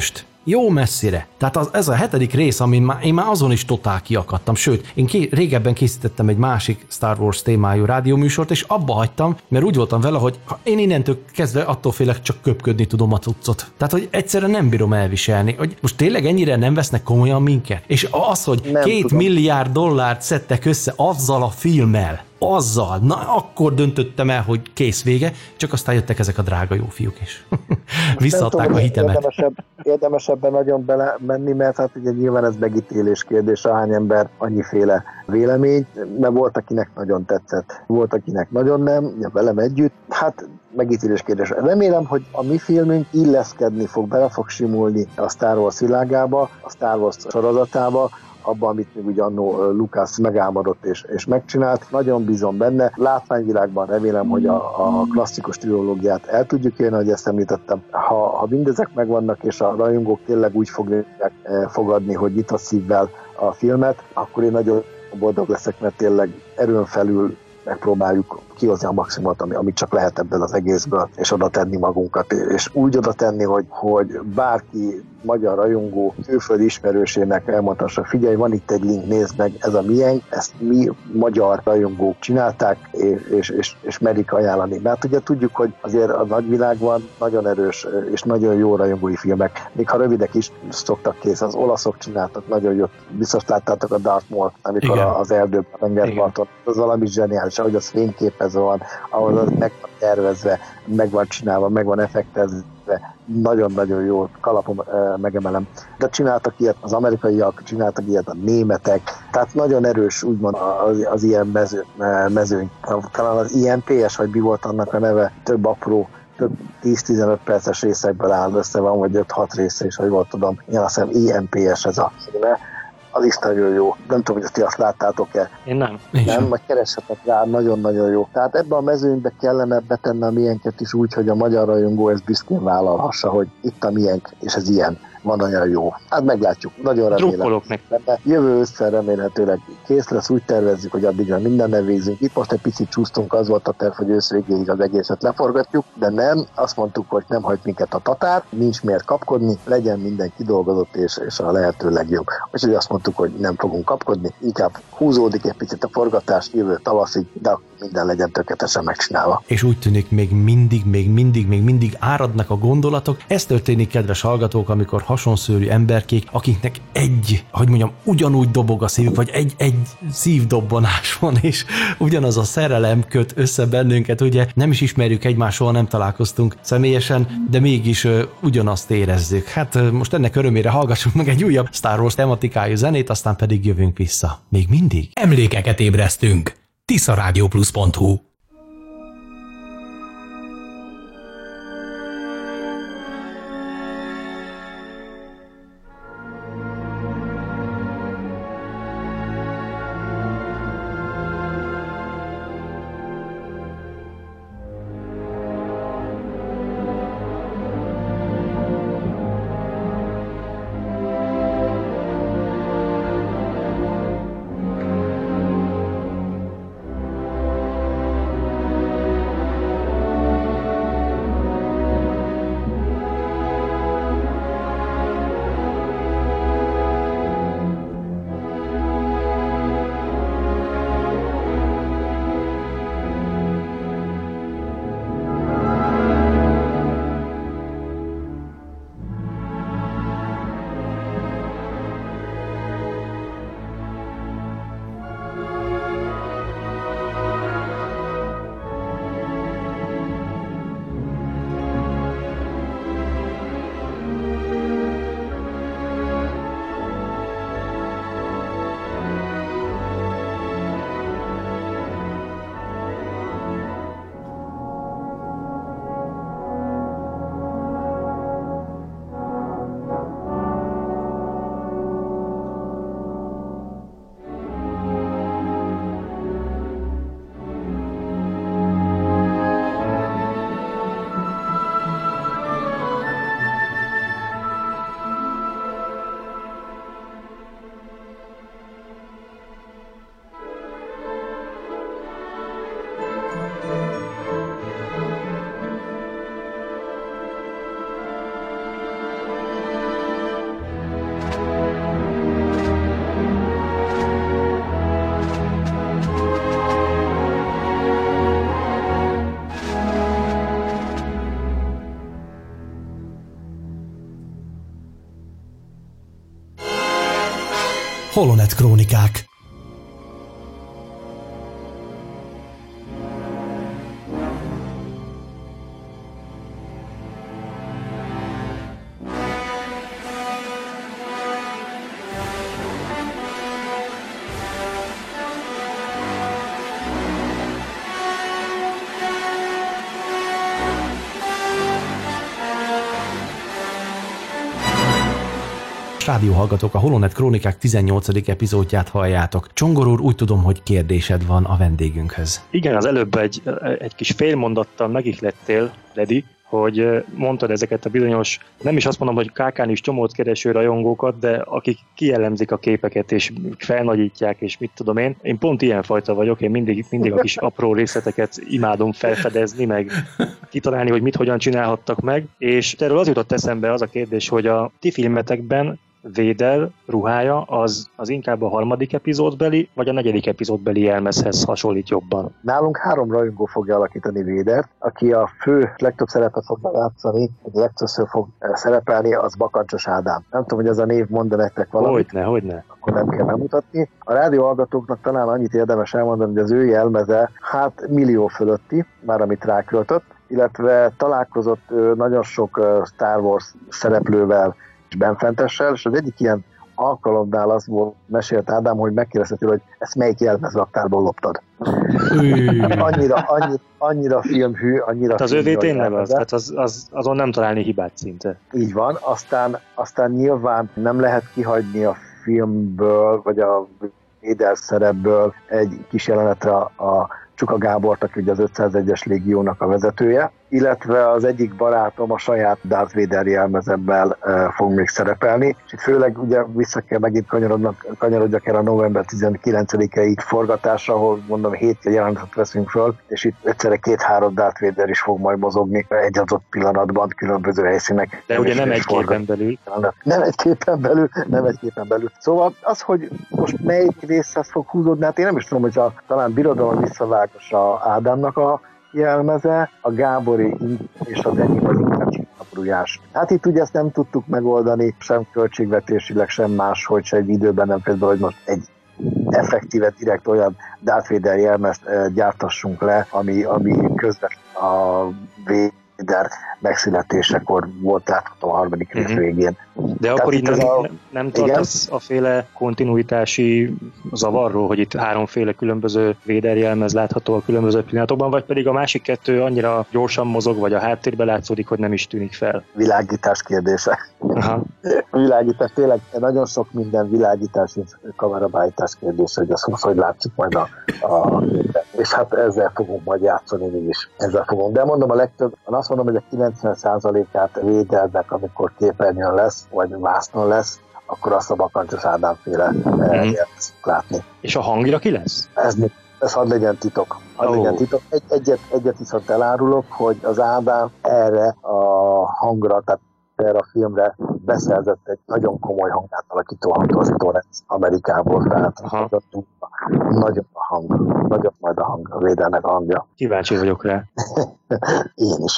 Jó messzire. Tehát az, ez a hetedik rész, amin már, én már azon is totál kiakadtam. Sőt, én ké, régebben készítettem egy másik Star Wars témájú rádióműsort, és abba hagytam, mert úgy voltam vele, hogy én innentől kezdve attól félek, csak köpködni tudom a cuccot. Tehát, hogy egyszerűen nem bírom elviselni. Hogy most tényleg ennyire nem vesznek komolyan minket? És az, hogy nem két tudom. milliárd dollárt szedtek össze azzal a filmmel, azzal, na akkor döntöttem el, hogy kész vége, csak aztán jöttek ezek a drága jó fiúk is. Visszaadták a hitemet. Érdemesebb, érdemesebben nagyon bele menni, mert hát ugye nyilván ez megítélés kérdés, ahány ember annyiféle vélemény, mert volt, akinek nagyon tetszett, volt, akinek nagyon nem, ugye velem együtt, hát megítélés kérdés. Remélem, hogy a mi filmünk illeszkedni fog, bele fog simulni a Star Wars világába, a Star Wars sorozatába, abban, amit még ugye annó Lucas megálmodott és, és megcsinált. Nagyon bízom benne. Látványvilágban remélem, hogy a, a klasszikus trilógiát el tudjuk élni, ahogy ezt említettem. Ha, ha mindezek megvannak, és a rajongók tényleg úgy fogják fogadni, hogy nyitott szívvel a filmet, akkor én nagyon boldog leszek, mert tényleg erőn felül megpróbáljuk kihozni a maximumot, ami, amit csak lehet ebből az egészből, és oda tenni magunkat, és úgy oda tenni, hogy, hogy bárki magyar rajongó külföldi ismerősének elmondhassa, figyelj, van itt egy link, nézd meg, ez a miénk, ezt mi magyar rajongók csinálták, és, és, és, és merik ajánlani. Mert ugye tudjuk, hogy azért a nagyvilágban nagyon erős és nagyon jó rajongói filmek, még ha rövidek is szoktak kész, az olaszok csináltak nagyon jót, biztos láttátok a Darth Maul, amikor igen. az erdőben, a tengerparton, az valami zseniális, ahogy az fényképezve van, ahol az meg van tervezve, meg van csinálva, meg van effektezve, nagyon-nagyon jó, kalapom e, megemelem. De csináltak ilyet az amerikaiak, csináltak ilyet a németek, tehát nagyon erős úgymond az, az ilyen mező, mezőny. Talán az i em pé es, vagy mi volt annak a neve, több apró, több tíz-tizenöt perces részekből áll össze, van, vagy öt-hat része is, hogy volt tudom. Én azt hiszem i em pé es ez a színe. Az is nagyon jó. Nem tudom, hogy ti azt láttátok-e. Én nem. Nem, majd keressetek rá, nagyon-nagyon jó. Tehát ebbe a mezőnybe kellene betenni a miénket is úgy, hogy a magyar rajongó ezt büszkén vállalhassa, hogy itt a miénk, és ez ilyen. Van olyan jó. Hát meglátjuk. Nagyon remélem. Jövő össze remélhetőleg kész lesz, úgy tervezzük, hogy addigra minden végzünk. Itt most egy picit csúsztunk, az volt a terv, hogy ősz végéig az egészet leforgatjuk, de nem. Azt mondtuk, hogy nem hagy minket a tatár, nincs miért kapkodni, legyen minden kidolgozott és, és a lehető legjobb. Úgyhogy azt mondtuk, hogy nem fogunk kapkodni, inkább húzódik egy picit a forgatás jövő tavaszig, de minden legyen tökéletesen megcsinálva. És úgy tűnik, még mindig, még mindig, még mindig áradnak a gondolatok. Ez történik, kedves hallgatók, amikor hasonszőrű emberkék, akiknek egy, hogy mondjam, ugyanúgy dobog a szívük, vagy egy, egy szívdobbanás van, és ugyanaz a szerelem köt össze bennünket, ugye nem is ismerjük egymást, soha nem találkoztunk személyesen, de mégis uh, ugyanazt érezzük. Hát uh, most ennek örömére hallgassunk meg egy újabb Star Wars tematikájú zenét, aztán pedig jövünk vissza. Még mindig emlékeket ébresztünk. tiszarádióplus pont hu Holonet Krónikák. Rádióhallgatók, a Holonet Krónikák tizennyolcadik epizódját halljátok. Csongor úr, úgy tudom, hogy kérdésed van a vendégünkhöz. Igen, az előbb egy, egy kis félmondattal megihlettél, Ledi, hogy mondtad ezeket a bizonyos, nem is azt mondom, hogy kákán is csomót kereső rajongókat, de akik kijellemzik a képeket, és felnagyítják, és mit tudom én. Én pont ilyen fajta vagyok, én mindig, mindig a kis apró részleteket imádom felfedezni, meg kitalálni, hogy mit hogyan csinálhattak meg. És erről az jutott eszembe az a kérdés, hogy a ti filmetekben Vader ruhája az, az inkább a harmadik epizódbeli, vagy a negyedik epizódbeli jelmezhez hasonlít jobban? Nálunk három rajongó fogja alakítani Vadert, aki a fő, legtöbb szerepet fog játszani, vagy legtöbbször fog szerepelni, az Bakancsos Ádám. Nem tudom, hogy az a név mond nektek valamit. Hogyne, hogyne. Akkor nem kell bemutatni. A rádióhallgatóknak talán annyit érdemes elmondani, hogy az ő jelmeze hát millió fölötti, már amit ráköltött, illetve találkozott nagyon sok Star Wars szereplővel, Benfentessel, és az egyik ilyen alkalomnál az volt, mesélt Ádám, hogy megkérdezte tőle, hogy ezt melyik jelmezraktárból loptad. annyira, annyira, annyira filmhű, annyira hát az övé tényleg az, tehát az, az, azon nem találni hibát szinte. Így van, aztán, aztán nyilván nem lehet kihagyni a filmből, vagy a Vader szerepből egy kis jelenetre a Csuka Gábort, aki ugye az ötszázegyes légiónak a vezetője, illetve az egyik barátom a saját Darth Vader jelmezemmel e, fog még szerepelni, és itt főleg ugye vissza kell megint kanyarodjak el a november tizenkilencedikei forgatásra, ahol mondom hét jelenetet veszünk föl, és itt egyszerre két-három Darth Vader is fog majd mozogni egy adott pillanatban különböző helyszínek. De ugye nem egy képen belül. Nem egy képen belül, nem egy képen belül. Szóval az, hogy most melyik részhez fog húzódni, hát én nem is tudom, hogy a, talán Birodalom visszavágos a Ádámnak a jelmeze, a Gábori és az enyém az inkább csillagrujás. Hát itt ugye ezt nem tudtuk megoldani, sem költségvetésileg, sem máshogy, se egy időben nem például, hogy most egy effektíve, direkt olyan Darth Vader jelmezt e, gyártassunk le, ami, ami közvetlen a Vader megszületésekor volt látható a harmadik rész végén. De tehát akkor így nem, a... nem tartasz a féle kontinuitási zavarról, hogy itt háromféle különböző Vader jelmez látható a különböző pillanatokban, vagy pedig a másik kettő annyira gyorsan mozog, vagy a háttérbe látszódik, hogy nem is tűnik fel? Világítás kérdése. Aha. Világítás, tényleg nagyon sok minden világítás és kamerabállítás kérdése, hogy az hogy látszik majd a, a... és hát ezzel fogunk majd játszani mégis. Ezzel fogunk. De mondom, a legtöbb, azt mondom, hogy a kilencven százalékát Vadernek, amikor képernyőn lesz, vagy vásznon lesz, akkor azt a Bakancsos Ádám féle mm. látni. És a hangira ki lesz? Ez, ez hadd legyen titok. Hadd oh. legyen titok. Egy, egyet, egyet viszont elárulok, hogy az Ádám erre a hangra, tehát erre a filmre beszerzett egy nagyon komoly hangátalakító hangtorzító Amerikából, tehát nagyon, nagyon a hang, nagyon majd a hang, a Vadernek a hangja. Kíváncsi vagyok rá. Én is.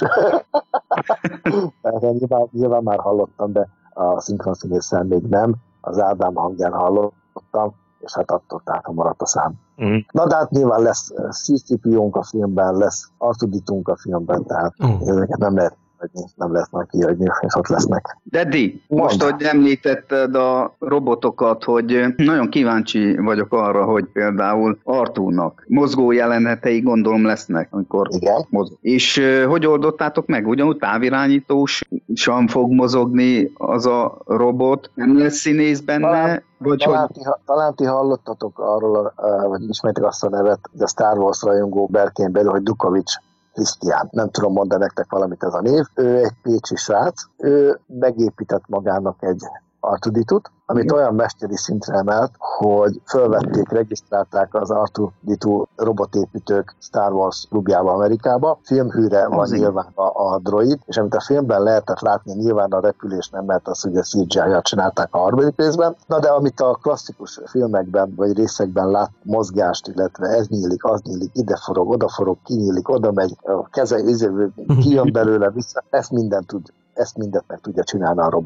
nyilván, nyilván már hallottam, de a szinkronszínésszel még nem. Az Ádám hangján hallottam, és hát attól tehát maradt a szám. Mm. Na de hát nyilván lesz cé cé pé ónk a filmben, lesz Artuditunk a filmben, tehát mm. ezeket nem lehet nem lesz már kiadni, és ott lesznek. Dedi, most, hogy említetted a robotokat, hogy nagyon kíváncsi vagyok arra, hogy például Artúrnak mozgó jelenetei gondolom lesznek, amikor igen. mozog. És uh, hogy oldottátok meg? Ugyanúgy távirányítósan fog mozogni az a robot? Nem lesz színész benne? Talán, vagy talán, hogy... ti, talán ti hallottatok arról, uh, vagy ismertek azt a nevet, hogy a Star Wars rajongó berkén belül, hogy Dukovics Krisztián. Nem tudom mondani nektek valamit ez a név. Ő egy pécsi srác. Ő megépített magának egy Artuditut, amit olyan mesteri szintre emelt, hogy fölvették, regisztrálták az Artuditu robotépítők Star Wars klubjába Amerikába. Filmhűre van nyilván a, a droid, és amit a filmben lehetett látni, nyilván a repülés nem, mert az ugye cé gé í-jal csinálták a harmadik részben. Na de amit a klasszikus filmekben vagy részekben lát, mozgást, illetve ez nyílik, az nyílik, ide forog, oda forog, kinyílik, oda megy, a keze, kijön belőle vissza, ezt mindent tud, ezt mindent meg tudja csinálni a robot.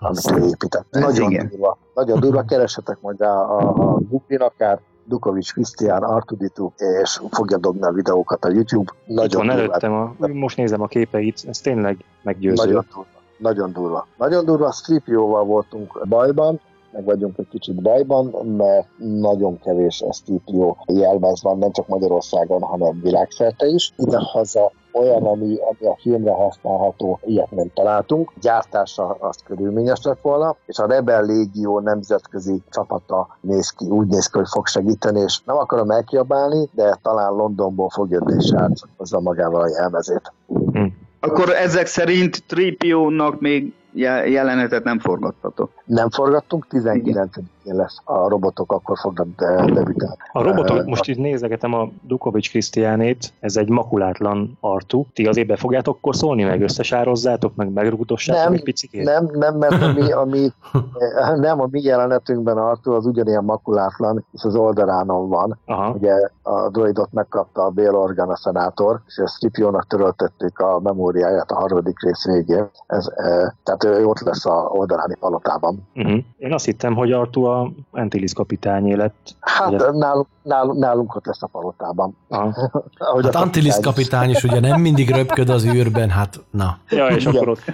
amit ő épített. Nagyon igen. durva. Nagyon durva, keressetek majd rá a, a Google-in akár, Dukovics Krisztián, Artuditu, és fogja dobni a videókat a YouTube. Nagyon durva. Előttem a, most nézem a képeit, ez tényleg meggyőző. Nagyon durva. Nagyon durva. Nagyon durva, Stripio-val voltunk bajban, meg vagyunk egy kicsit bajban, mert nagyon kevés Stripio jelmez van, nem csak Magyarországon, hanem világszerte is. Ide-haza olyan, ami, ami a filmre használható, ilyet nem találtunk. Gyártása azt körülményes lett volna, és a Rebel Légió nemzetközi csapata néz ki, úgy néz ki, hogy fog segíteni, és nem akarom elkiabálni, de talán Londonból fog jönni és átszakozza magával a jelmezét. Hm. Akkor ezek szerint Tripio-nak még jelenetet nem forgattatok? Nem forgattunk, tizenkilencedikén lesz a robotok, akkor fognak de, debütálni. A robotok, uh, most itt nézegetem a Dukovics Krisztiánét, ez egy makulátlan artú. Ti azért be fogjátok akkor szólni, meg összesározzátok, meg megrúgdossátok egy picikét? Nem, nem, mert a mi, a mi, nem, a mi jelenetünkben artú az ugyanilyen makulátlan, és az oldalánon van. Aha. Ugye a droidot megkapta a Bail Organa a szenátor, és a Scipio-nak töröltették a memóriáját a harmadik rész végén. Ez, e, tehát ő ott lesz a oldaláni palotában. Uh-huh. Én azt hittem, hogy Artú a Antilles kapitányé lett. Hát ugye... nálunk, nálunk, nálunk ott lesz a palotában. Hát Antilles kapitány is ugye nem mindig röpköd az űrben, hát na. Ja, és akkor ott.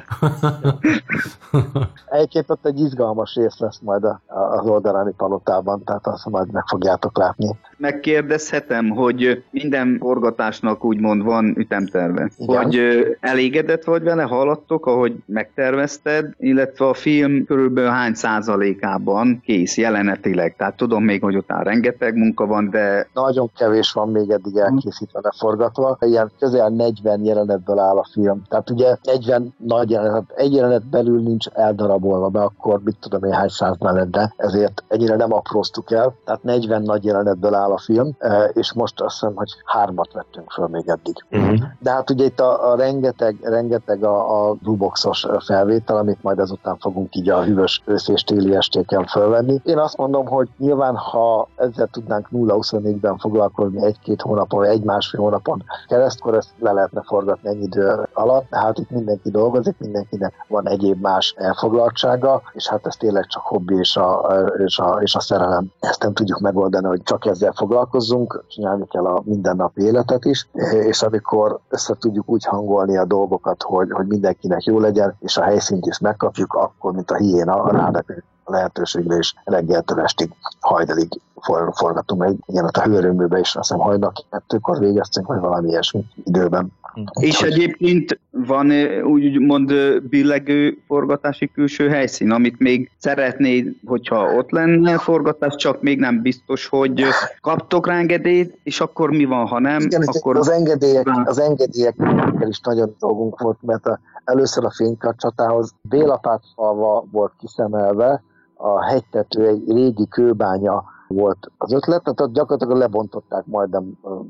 Egyébként ott egy izgalmas rész lesz majd az oldaláni palotában, tehát azt majd meg fogjátok látni. Megkérdezhetem, hogy minden forgatásnak úgymond van ütemterve. Igen. Hogy elégedett vagy vele, haladtok, ahogy megtervezted, illetve a film körülbelül hány százalékában kész jelenetileg. Tehát tudom még, hogy ott rengeteg munka van, de... Nagyon kevés van még eddig elkészítve, leforgatva. Ilyen közel negyven jelenetből áll a film. Tehát ugye negyven nagy jelenet, egy jelenet belül nincs eldarabolva be, akkor mit tudom én hány száz mellette, ezért ennyire nem apróztuk el. Tehát negyven nagy jelenetből áll a film, és most azt hiszem, hogy hármat vettünk föl még eddig. Uh-huh. De hát ugye itt a, a rengeteg, rengeteg a, a Blueboxos felvétel, amit majd ezután fogunk így a hűvös ősz és téli estéken fölvenni. Én azt mondom, hogy nyilván, ha ezzel tudnánk nulla huszonnégyben foglalkozni egy-két hónapon, vagy egy-másfél hónapon keresztkor, ezt le lehetne forgatni ennyi idő alatt, de hát itt mindenki dolgozik, mindenkinek van egyéb más elfoglaltsága, és hát ez tényleg csak hobbi és a, és a, és a szerelem. Ezt nem tudjuk megoldani, hogy csak ezzel foglalkozzunk, csinálni kell a mindennapi életet is, és amikor össze tudjuk úgy hangolni a dolgokat, hogy, hogy mindenkinek jó legyen, és a helyszínt is megkapjuk, akkor, mint a hiéna, ráadnak a lehetőségre is reggeltől estig hajdalig for, forgatunk meg. Igen, ott a hőerőműben is, azt hiszem hajnal kettőkor végeztünk, vagy valami ilyesmi időben. És hogy... egyébként van úgymond billegő forgatási külső helyszín, amit még szeretnéd, hogyha ott lenne forgatás, csak még nem biztos, hogy kaptok rá engedélyt, és akkor mi van, ha nem? Igen, akkor... az engedélyek, az engedélyekkel is nagyon dolgunk volt, mert a, először a fénykarcsatához Bélapátfalva volt kiszemelve, a hegytető egy régi kőbánya volt az ötlet, tehát gyakorlatilag lebontották majdnem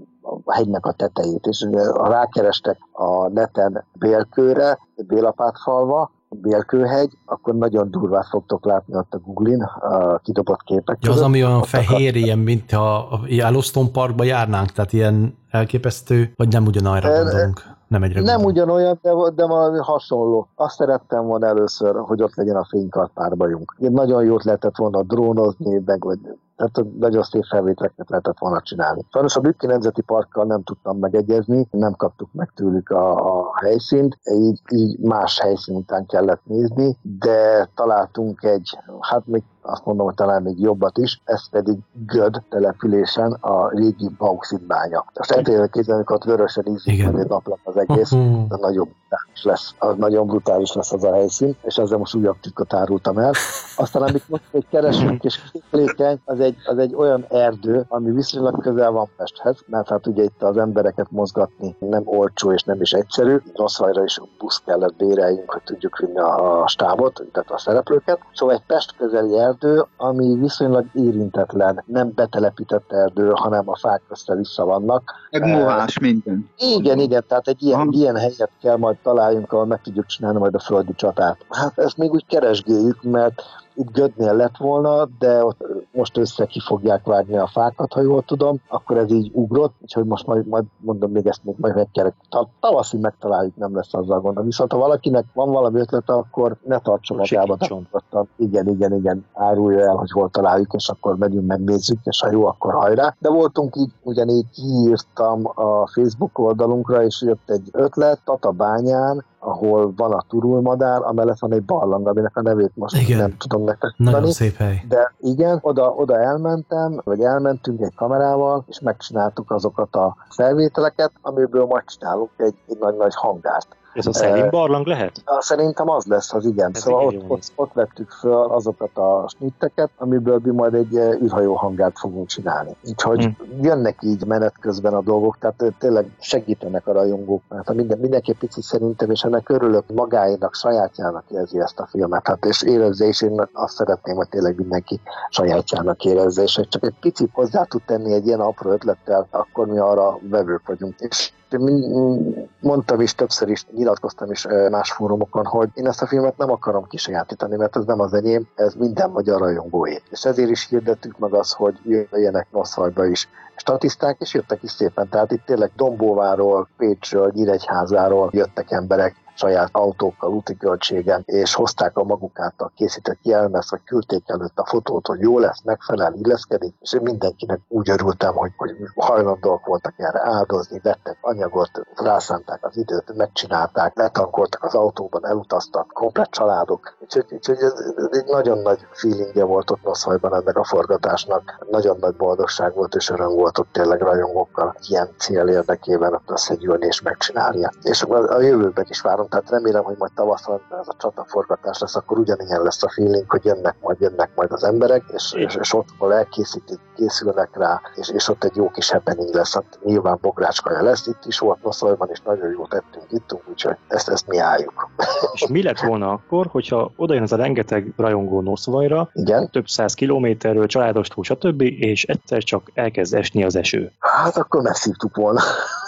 a hegynek a tetejét, és ha rákerestek a neten Bélkőre, Bélapátfalva, Bélkőhegy, akkor nagyon durvát fogtok látni ott a Google-in a kidobott képek között. Az, ami olyan fehér, ilyen, mint ha Yellowstone Parkba járnánk, tehát ilyen elképesztő, vagy nem ugyanarra gondolunk? Nem, egyre nem ugyanolyan, de, de valami hasonló. Azt szerettem volna először, hogy ott legyen a fénykartpárbajunk. Nagyon jót lehetett volna drónozni, meg vagy tehát nagyon szép felvételeket lehetett volna csinálni. Sajnos a Bükki Nemzeti Parkkal nem tudtam megegyezni, nem kaptuk meg tőlük a, a helyszínt, így, így más helyszín után kellett nézni, de találtunk egy, hát még azt mondom, hogy talán még jobbat is, ez pedig Göd településen a régi bauxitbánya. Most el tudják képzelni, hogy ott vörösen ízik, hogy egy naplat az egész, de nagyon brutális lesz, az nagyon brutális lesz az a helyszín, és ezzel most újabb titkot árultam el. Aztán amit most még keresünk és képlékeny, az egy, az egy olyan erdő, ami viszonylag közel van Pesthez, mert hát ugye itt az embereket mozgatni nem olcsó és nem is egyszerű. Rosszajra is busz kellett béreljünk, hogy tudjuk vinni a, a stábot, tehát a szereplőket. Szóval egy Pest közeli erdő, ami viszonylag érintetlen, nem betelepített erdő, hanem a fák össze-vissza vannak. Meg mohás minden. Igen, igen, tehát egy ilyen, ilyen helyet kell majd találjunk, ahol meg tudjuk csinálni majd a földi csatát. Hát ezt még úgy keresgéljük, mert itt Gödnél lett volna, de ott most össze ki fogják vágni a fákat, ha jól tudom, akkor ez így ugrott, úgyhogy most majd, majd mondom, még ezt még majd meg kell. Tavaszig megtaláljuk, nem lesz azzal gondom. Viszont ha valakinek van valami ötlete, akkor ne tartson magában. Igen, igen, igen, árulja el, hogy hol találjuk, és akkor megyünk, megnézzük, és ha jó, akkor hajrá. De voltunk így, ugyanígy kiírtam a Facebook oldalunkra, és jött egy ötlet Tatabányán, ahol van a turulmadár, amellett van egy barlang, aminek a nevét most igen. nem tudom nektek mondani. Nagyon szép hely. De igen, oda, oda elmentem, vagy elmentünk egy kamerával, és megcsináltuk azokat a felvételeket, amiből majd csinálunk egy, egy nagy-nagy hangárt. Ez a Szelin barlang lehet? Szerintem az lesz, az igen. Ez szóval ott, ott, ott vettük föl azokat a snitteket, amiből mi majd egy űrhajó hangárt fogunk csinálni. Úgyhogy hmm. jönnek így menet közben a dolgok, tehát tényleg segítenek a rajongók, mert minden, mindenki picit szerintem, és ennek örülök, magáénak, sajátjának érzi ezt a filmet. Hát és érezze, és én azt szeretném, hogy tényleg mindenki sajátjának érezze, és csak egy picit hozzá tud tenni egy ilyen apró ötlettel, akkor mi arra vevők vagyunk. És mondtam is, többször is, nyilatkoztam is más fórumokon, hogy én ezt a filmet nem akarom kisajátítani, mert ez nem az enyém, ez minden magyar rajongóé. És ezért is hirdettük meg azt, hogy jöjjenek Noszajba is statiszták, és jöttek is szépen. Tehát itt tényleg Dombóváról, Pécsről, Nyíregyházáról jöttek emberek, saját autókkal, úti költségen, és hozták a maguk által készített jelmezt, vagy küldték előtt a fotót, hogy jó lesz, megfelel, illeszkedik, és én mindenkinek úgy örültem, hogy, hogy hajlandóak voltak erre áldozni, vettek anyagot, rászánták az időt, megcsinálták, letankoltak az autóban, elutaztak, komplett családok. Úgyhogy, úgyhogy ez, ez egy nagyon nagy feelingje volt ott Noszajban ennek a forgatásnak. Nagyon nagy boldogság volt, és öröm volt ott tényleg rajongókkal ilyen cél érdekében ott összegyűlni és megcsinálni. És a, a jövőben is várom. Tehát remélem, hogy majd tavasszal ez a csataforgatás lesz, akkor ugyanilyen lesz a feeling, hogy jönnek majd, jönnek majd az emberek, és, és, és ott elkészítik, készülnek rá, és, és ott egy jó kis happening lesz. Hát nyilván bográcskaja lesz, itt is volt Noszajban, és nagyon jól tettünk, ittunk, úgyhogy ezt, ezt mi álljuk. És mi lett volna akkor, hogyha oda jön az a rengeteg rajongó Noszajra, igen? Több száz kilométerről, családos túl, stb., és egyszer csak elkezd esni az eső? Hát akkor megszívtuk volna.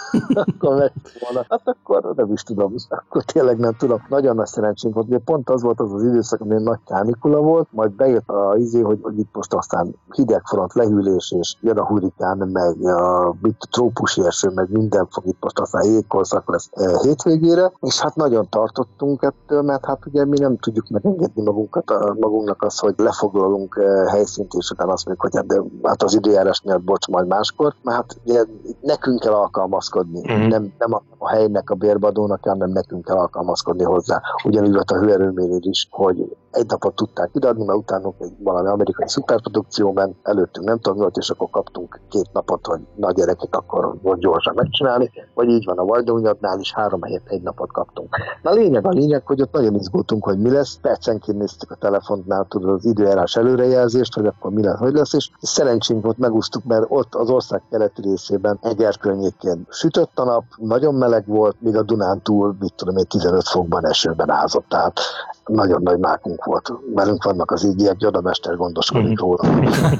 akkor megszívtuk volna. Hát akkor nem is tudom, akkor tényleg nem tudom. Nagyon nagy szerencsénk volt, mert pont az volt az az időszak, amilyen nagy kánikula volt, majd bejött a izé, hogy, hogy itt most aztán hidegfront, lehűlés, és jön a hurikán, meg a trópusi eső, meg minden fog itt most aztán jégkorszak lesz e, hétvégére, és hát nagyon tartottunk ettől, mert hát ugye mi nem tudjuk megengedni magunkat, a, magunknak azt, hogy lefoglalunk e, helyszínt, és utána azt mondjuk, hogy hát, de, hát az időjárás miatt bocs, majd máskor, mert hát ugye nekünk kell alkalmazkodni, mm-hmm. nem, nem a, a helynek, a bérbadónak, hanem nekünk kell alkalmazkodni hozzá. Ugyanúgy volt a hőerőmérő is, hogy egy napot tudták kiadni, mert utánunk egy valami amerikai szuperprodukció ment, előttünk nem tudom, volt, és akkor kaptunk két napot, hogy nagy gyerekek akkor volt gyorsan megcsinálni, vagy így van a Vajdónyadnál is, három helyet egy napot kaptunk. Na a lényeg a lényeg, hogy ott nagyon izgultunk, hogy mi lesz, percenként néztük a telefontnál, tudod, az időjárás előrejelzést, hogy akkor mi lesz, hogy lesz, és szerencsénk volt, megúsztuk, mert ott az ország keleti részében Eger környékén sütött a nap, nagyon meleg volt, míg a Dunántúl, mit tudom én, tizenöt fokban esőben ázott, tehát nagyon nagy mákunk volt. Velünk vannak az ígék, Gyodamester gondoskodik mm. róla.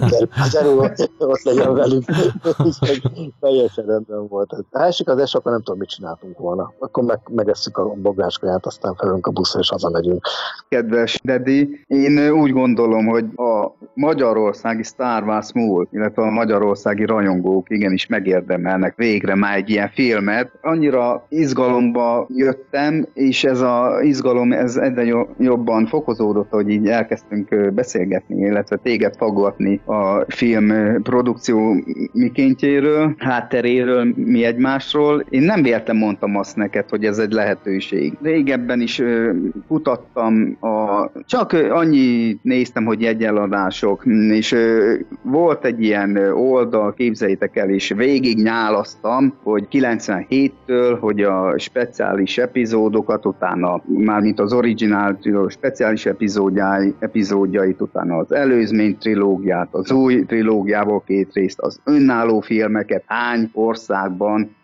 Az erő ott legyen velünk. Teljesen rendben volt. Ha esik az es, akkor nem tudom, mit csináltunk volna. Akkor meg, megesszük a bográcskaját, aztán felünk a buszra, és hazamegyünk. Kedves Dedi, én úgy gondolom, hogy a magyarországi Star Wars múlt, illetve a magyarországi rajongók igenis megérdemelnek végre már egy ilyen filmet. Annyira izgalomba jöttem, és ez az izgalom ez egyre jobban fokozódott, hogy így elkezdtünk beszélgetni, illetve téged faggatni a film produkció mikéntjéről, hátteréről, mi egymásról. Én nem véltem mondtam azt neked, hogy ez egy lehetőség. Régebben is kutattam, a, csak annyit néztem, hogy jegyeladások, és volt egy ilyen oldal, képzeljétek el, és végig nyálasztam, hogy kilencvenhéttől, hogy a speciális epizódokat, utána mármint az originál speciális epizódjai, epizódjait, utána az előzmény trilógiát, az új trilógiából két részt, az önálló filmeket, hány országban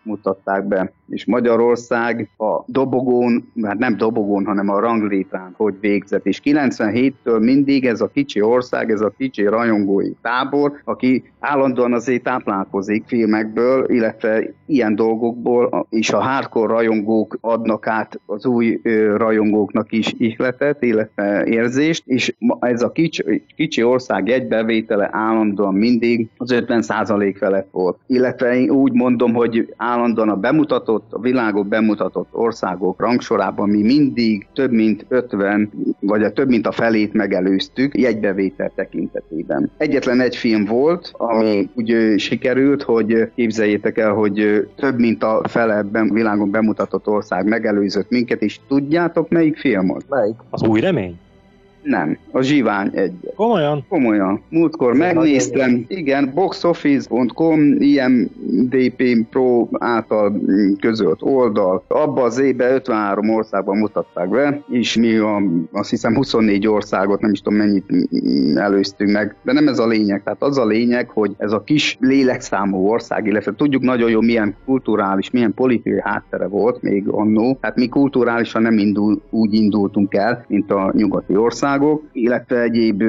mutatták be. És Magyarország a dobogón, hát nem dobogón, hanem a ranglétrán, hogy végzett. És kilencvenhéttől mindig ez a kicsi ország, ez a kicsi rajongói tábor, aki állandóan azért táplálkozik filmekből, illetve ilyen dolgokból, és a hardcore rajongók adnak át az új ö, rajongóknak is ihletet, illetve érzést, és ez a kicsi, kicsi ország egybevétele állandóan mindig az ötven százalék felett volt. Illetve én úgy mondom, hogy állandóan a bemutatott, a világon bemutatott országok rangsorában mi mindig több mint ötven, vagy a több mint a felét megelőztük jegybevétel tekintetében. Egyetlen egy film volt, ami úgy sikerült, hogy képzeljétek el, hogy több mint a fele ebben világon bemutatott ország megelőzött minket, és tudjátok melyik film az? Melyik? Az Új Remény? Nem, a Zsivány egy. Komolyan? Komolyan. Múltkor megnéztem, igen, boxoffice pont com, I M D P Pro által közölt oldal. Abba az évben ötvenhárom országban mutatták be, és mi a, azt hiszem huszonnégy országot, nem is tudom mennyit előztünk meg, de nem ez a lényeg. Tehát az a lényeg, hogy ez a kis lélekszámú ország, illetve tudjuk nagyon jó, milyen kulturális, milyen politikai háttere volt még annó. Hát mi kulturálisan nem indul, úgy indultunk el, mint a nyugati ország, illetve egyéb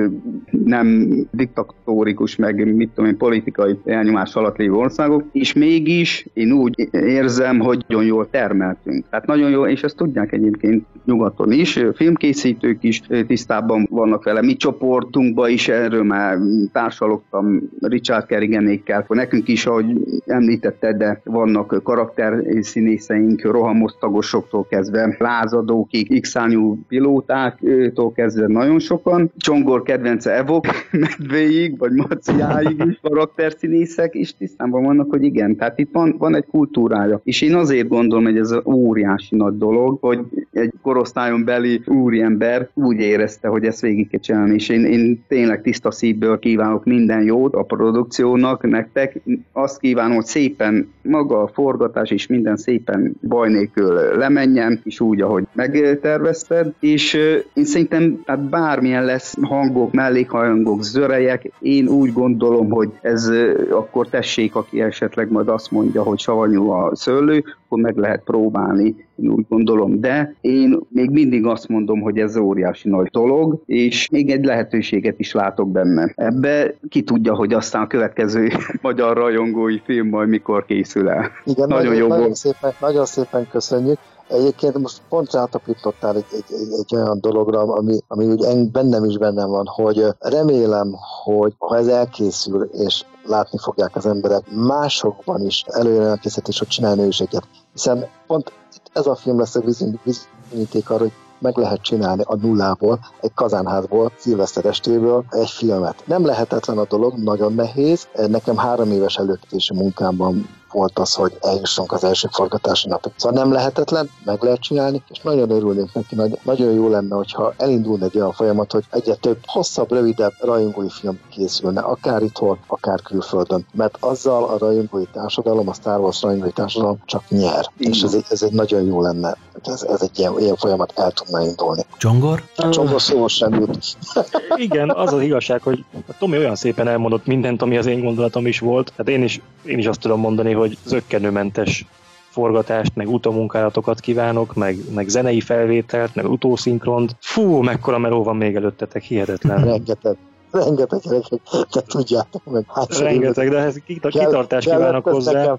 nem diktatórikus, meg mit tudom én, politikai elnyomás alatt lévő országok, és mégis én úgy érzem, hogy nagyon jól termeltünk. Tehát nagyon jól, és ezt tudják egyébként nyugaton is, filmkészítők is tisztában vannak vele, mi csoportunkban is erről már társalogtam Richard Kerriganékkel, nekünk is, ahogy említetted, de vannak karakterszínészeink, rohamosztagosoktól kezdve lázadókig, x-ányú pilótáktól kezdve nagyon sokan. Csongor kedvence Evok medvéig, vagy Maciáig is karakterszínészek is tisztában vannak, hogy igen, tehát itt van, van egy kultúrája. És én azért gondolom, hogy ez óriási nagy dolog, hogy egy korosztályon beli úriember úgy érezte, hogy ezt végig kell csinálni. És én, én tényleg tiszta szívből kívánok minden jót a produkciónak, nektek. Azt kívánom, hogy szépen maga a forgatás és minden szépen baj nélkül lemenjen, és úgy, ahogy megtervezted. És én szerintem tehát bármilyen lesz hangok, mellékhangok, zörejek, én úgy gondolom, hogy ez akkor tessék, aki esetleg majd azt mondja, hogy savanyú a szőlő, akkor meg lehet próbálni, én úgy gondolom, de én még mindig azt mondom, hogy ez óriási nagy dolog, és még egy lehetőséget is látok benne. Ebbe ki tudja, hogy aztán a következő magyar rajongói film majd mikor készül el. Igen, nagyon, nagyon jó nagyon volt. Szépen, nagyon szépen köszönjük. Egyébként most pont rátapították egy, egy, egy, egy olyan dologra, ami, ami úgy bennem is bennem van, hogy remélem, hogy ha ez elkészül, és látni fogják az emberek, másokban is előjön a készítés, hogy csinálni is egyet. Hiszen pont ez a film lesz a bizonyíték arra, hogy meg lehet csinálni a nullából, egy kazánházból, szilveszter estéből egy filmet. Nem lehetetlen a dolog, nagyon nehéz. Nekem három éves előkészítési munkámban volt az, hogy eljussunk az első forgatási napig. Szóval nem lehetetlen, meg lehet csinálni, és nagyon örülnék neki, nagy, nagyon jó lenne, hogyha elindulna egy olyan folyamat, hogy egyre több hosszabb, rövidebb rajongói film készülne, akár itthon, akár külföldön. Mert azzal a rajongói társadalom, a Star Wars rajongói társadalom csak nyer. Mm. És ez egy, ez egy nagyon jó lenne. Ez, ez egy ilyen, ilyen folyamat el tudna indulni. Csongor? A Csongor szó sem jut. Igen, az az igazság, hogy a Tomi olyan szépen elmondott mindent, ami az én gondolatom is volt. Hát én is, én is azt tudom mondani, hogy zökkenőmentes forgatást, meg utómunkálatokat kívánok, meg, meg zenei felvételt, meg utószinkront. Fú, mekkora meló van még előttetek, hihetetlen. Rengeteg. Rengeteg, rengeteg, de tudjátok meg. Hát rengeteg, de ez kitartást kívánok hozzá.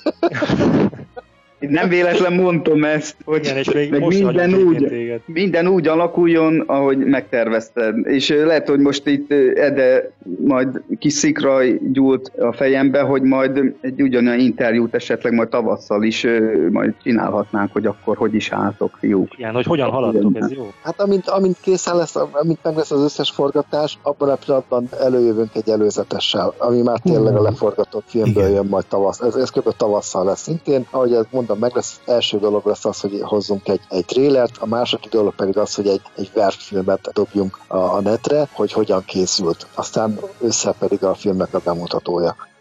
Nem véletlen mondtam ezt, hogy igen, és még most minden, úgy, minden úgy alakuljon, ahogy megtervezted. És lehet, hogy most itt Ede majd kis szikra gyúlt a fejembe, hogy majd egy ugyanolyan interjút esetleg majd tavasszal is majd csinálhatnánk, hogy akkor hogy is álltok, fiúk. Igen, hogy hogyan haladtok, ez jó. Hát amint, amint készen lesz, amint meg lesz az összes forgatás, abban a pillanatban előjövünk egy előzetessel, ami már tényleg a leforgatott filmből igen. jön majd tavasz. Ez, ez kb. Tavasszal lesz szintén. Ahogy ezt mondom, meg lesz, első dolog lesz az, hogy hozzunk egy, egy trélert, a második dolog pedig az, hogy egy, egy verkfilmet dobjunk a, a netre, hogy hogyan készült. Aztán össze pedig a filmnek a bemutatója.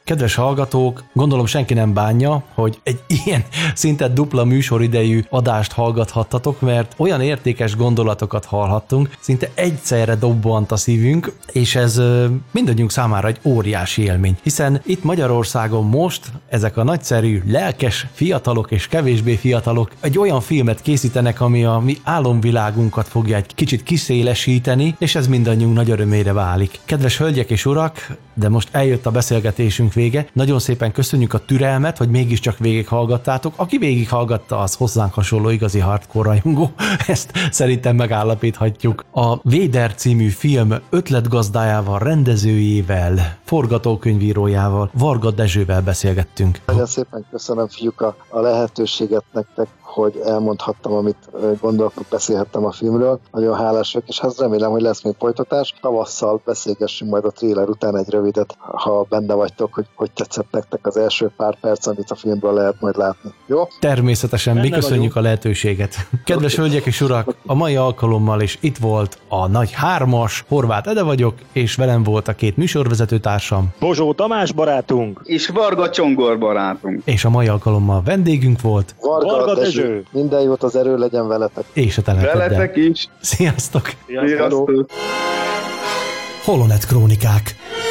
Kedves hallgatók, gondolom senki nem bánja, hogy egy ilyen szinte dupla műsoridejű adást hallgathattatok, mert olyan értékes gondolatokat hallhattunk, szinte egyszerre dobbant a szívünk, és ez mindannyiunk számára egy óriási élmény, hiszen itt Magyarországon most ezek a nagyszerű, lelkes fiatalok és kevésbé fiatalok egy olyan filmet készítenek, ami a mi álomvilágunkat fogja egy kicsit kiszélesíteni, és ez mindannyiunk nagy örömére válik. Kedves hölgyek és urak, de most eljött a beszélgetésünk vége. Nagyon szépen köszönjük a türelmet, hogy mégiscsak végighallgattátok. Aki végighallgatta, az hozzánk hasonló igazi hardcore rajongó. Ezt szerintem megállapíthatjuk. A Véder című film ötletgazdájával, rendezőjével, forgatókönyvírójával, Varga Dezsővel beszélgettünk. Nagyon szépen köszönöm, fiúk, a, a lehetőséget nektek, hogy elmondhattam, amit gondolok, beszélhettem a filmről. Nagyon hálás vagyok, és hát remélem, hogy lesz még folytatás. Tavasszal beszélgessünk majd a trailer után egy rövidet, ha benne vagytok, hogy hogy tetszett nektek az első pár perc, amit a filmből lehet majd látni. Jó? Természetesen, benne mi köszönjük vagyunk a lehetőséget. Kedves hölgyek és urak, a mai alkalommal is itt volt a nagy hármas, Horváth Ede vagyok, és velem volt a két műsorvezető társam. Bozsó Tamás barátunk. És Varga Csongor barátunk. És a mai alkalommal vendégünk volt Varga, Varga Dezső. Minden jót, az erő legyen veletek. És a telepeddel. Veletek is. Sziasztok. Sziasztok. Holonet Krónikák.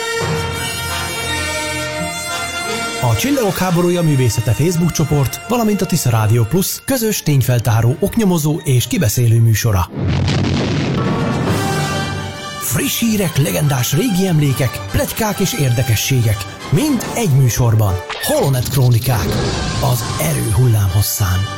A Csillagok háborúja művészete Facebook csoport, valamint a Tisza Rádió Plus közös tényfeltáró, oknyomozó és kibeszélő műsora. Friss hírek, legendás régi emlékek, pletykák és érdekességek. Mind egy műsorban. Holonet Krónikák. Az erő hullámhosszán.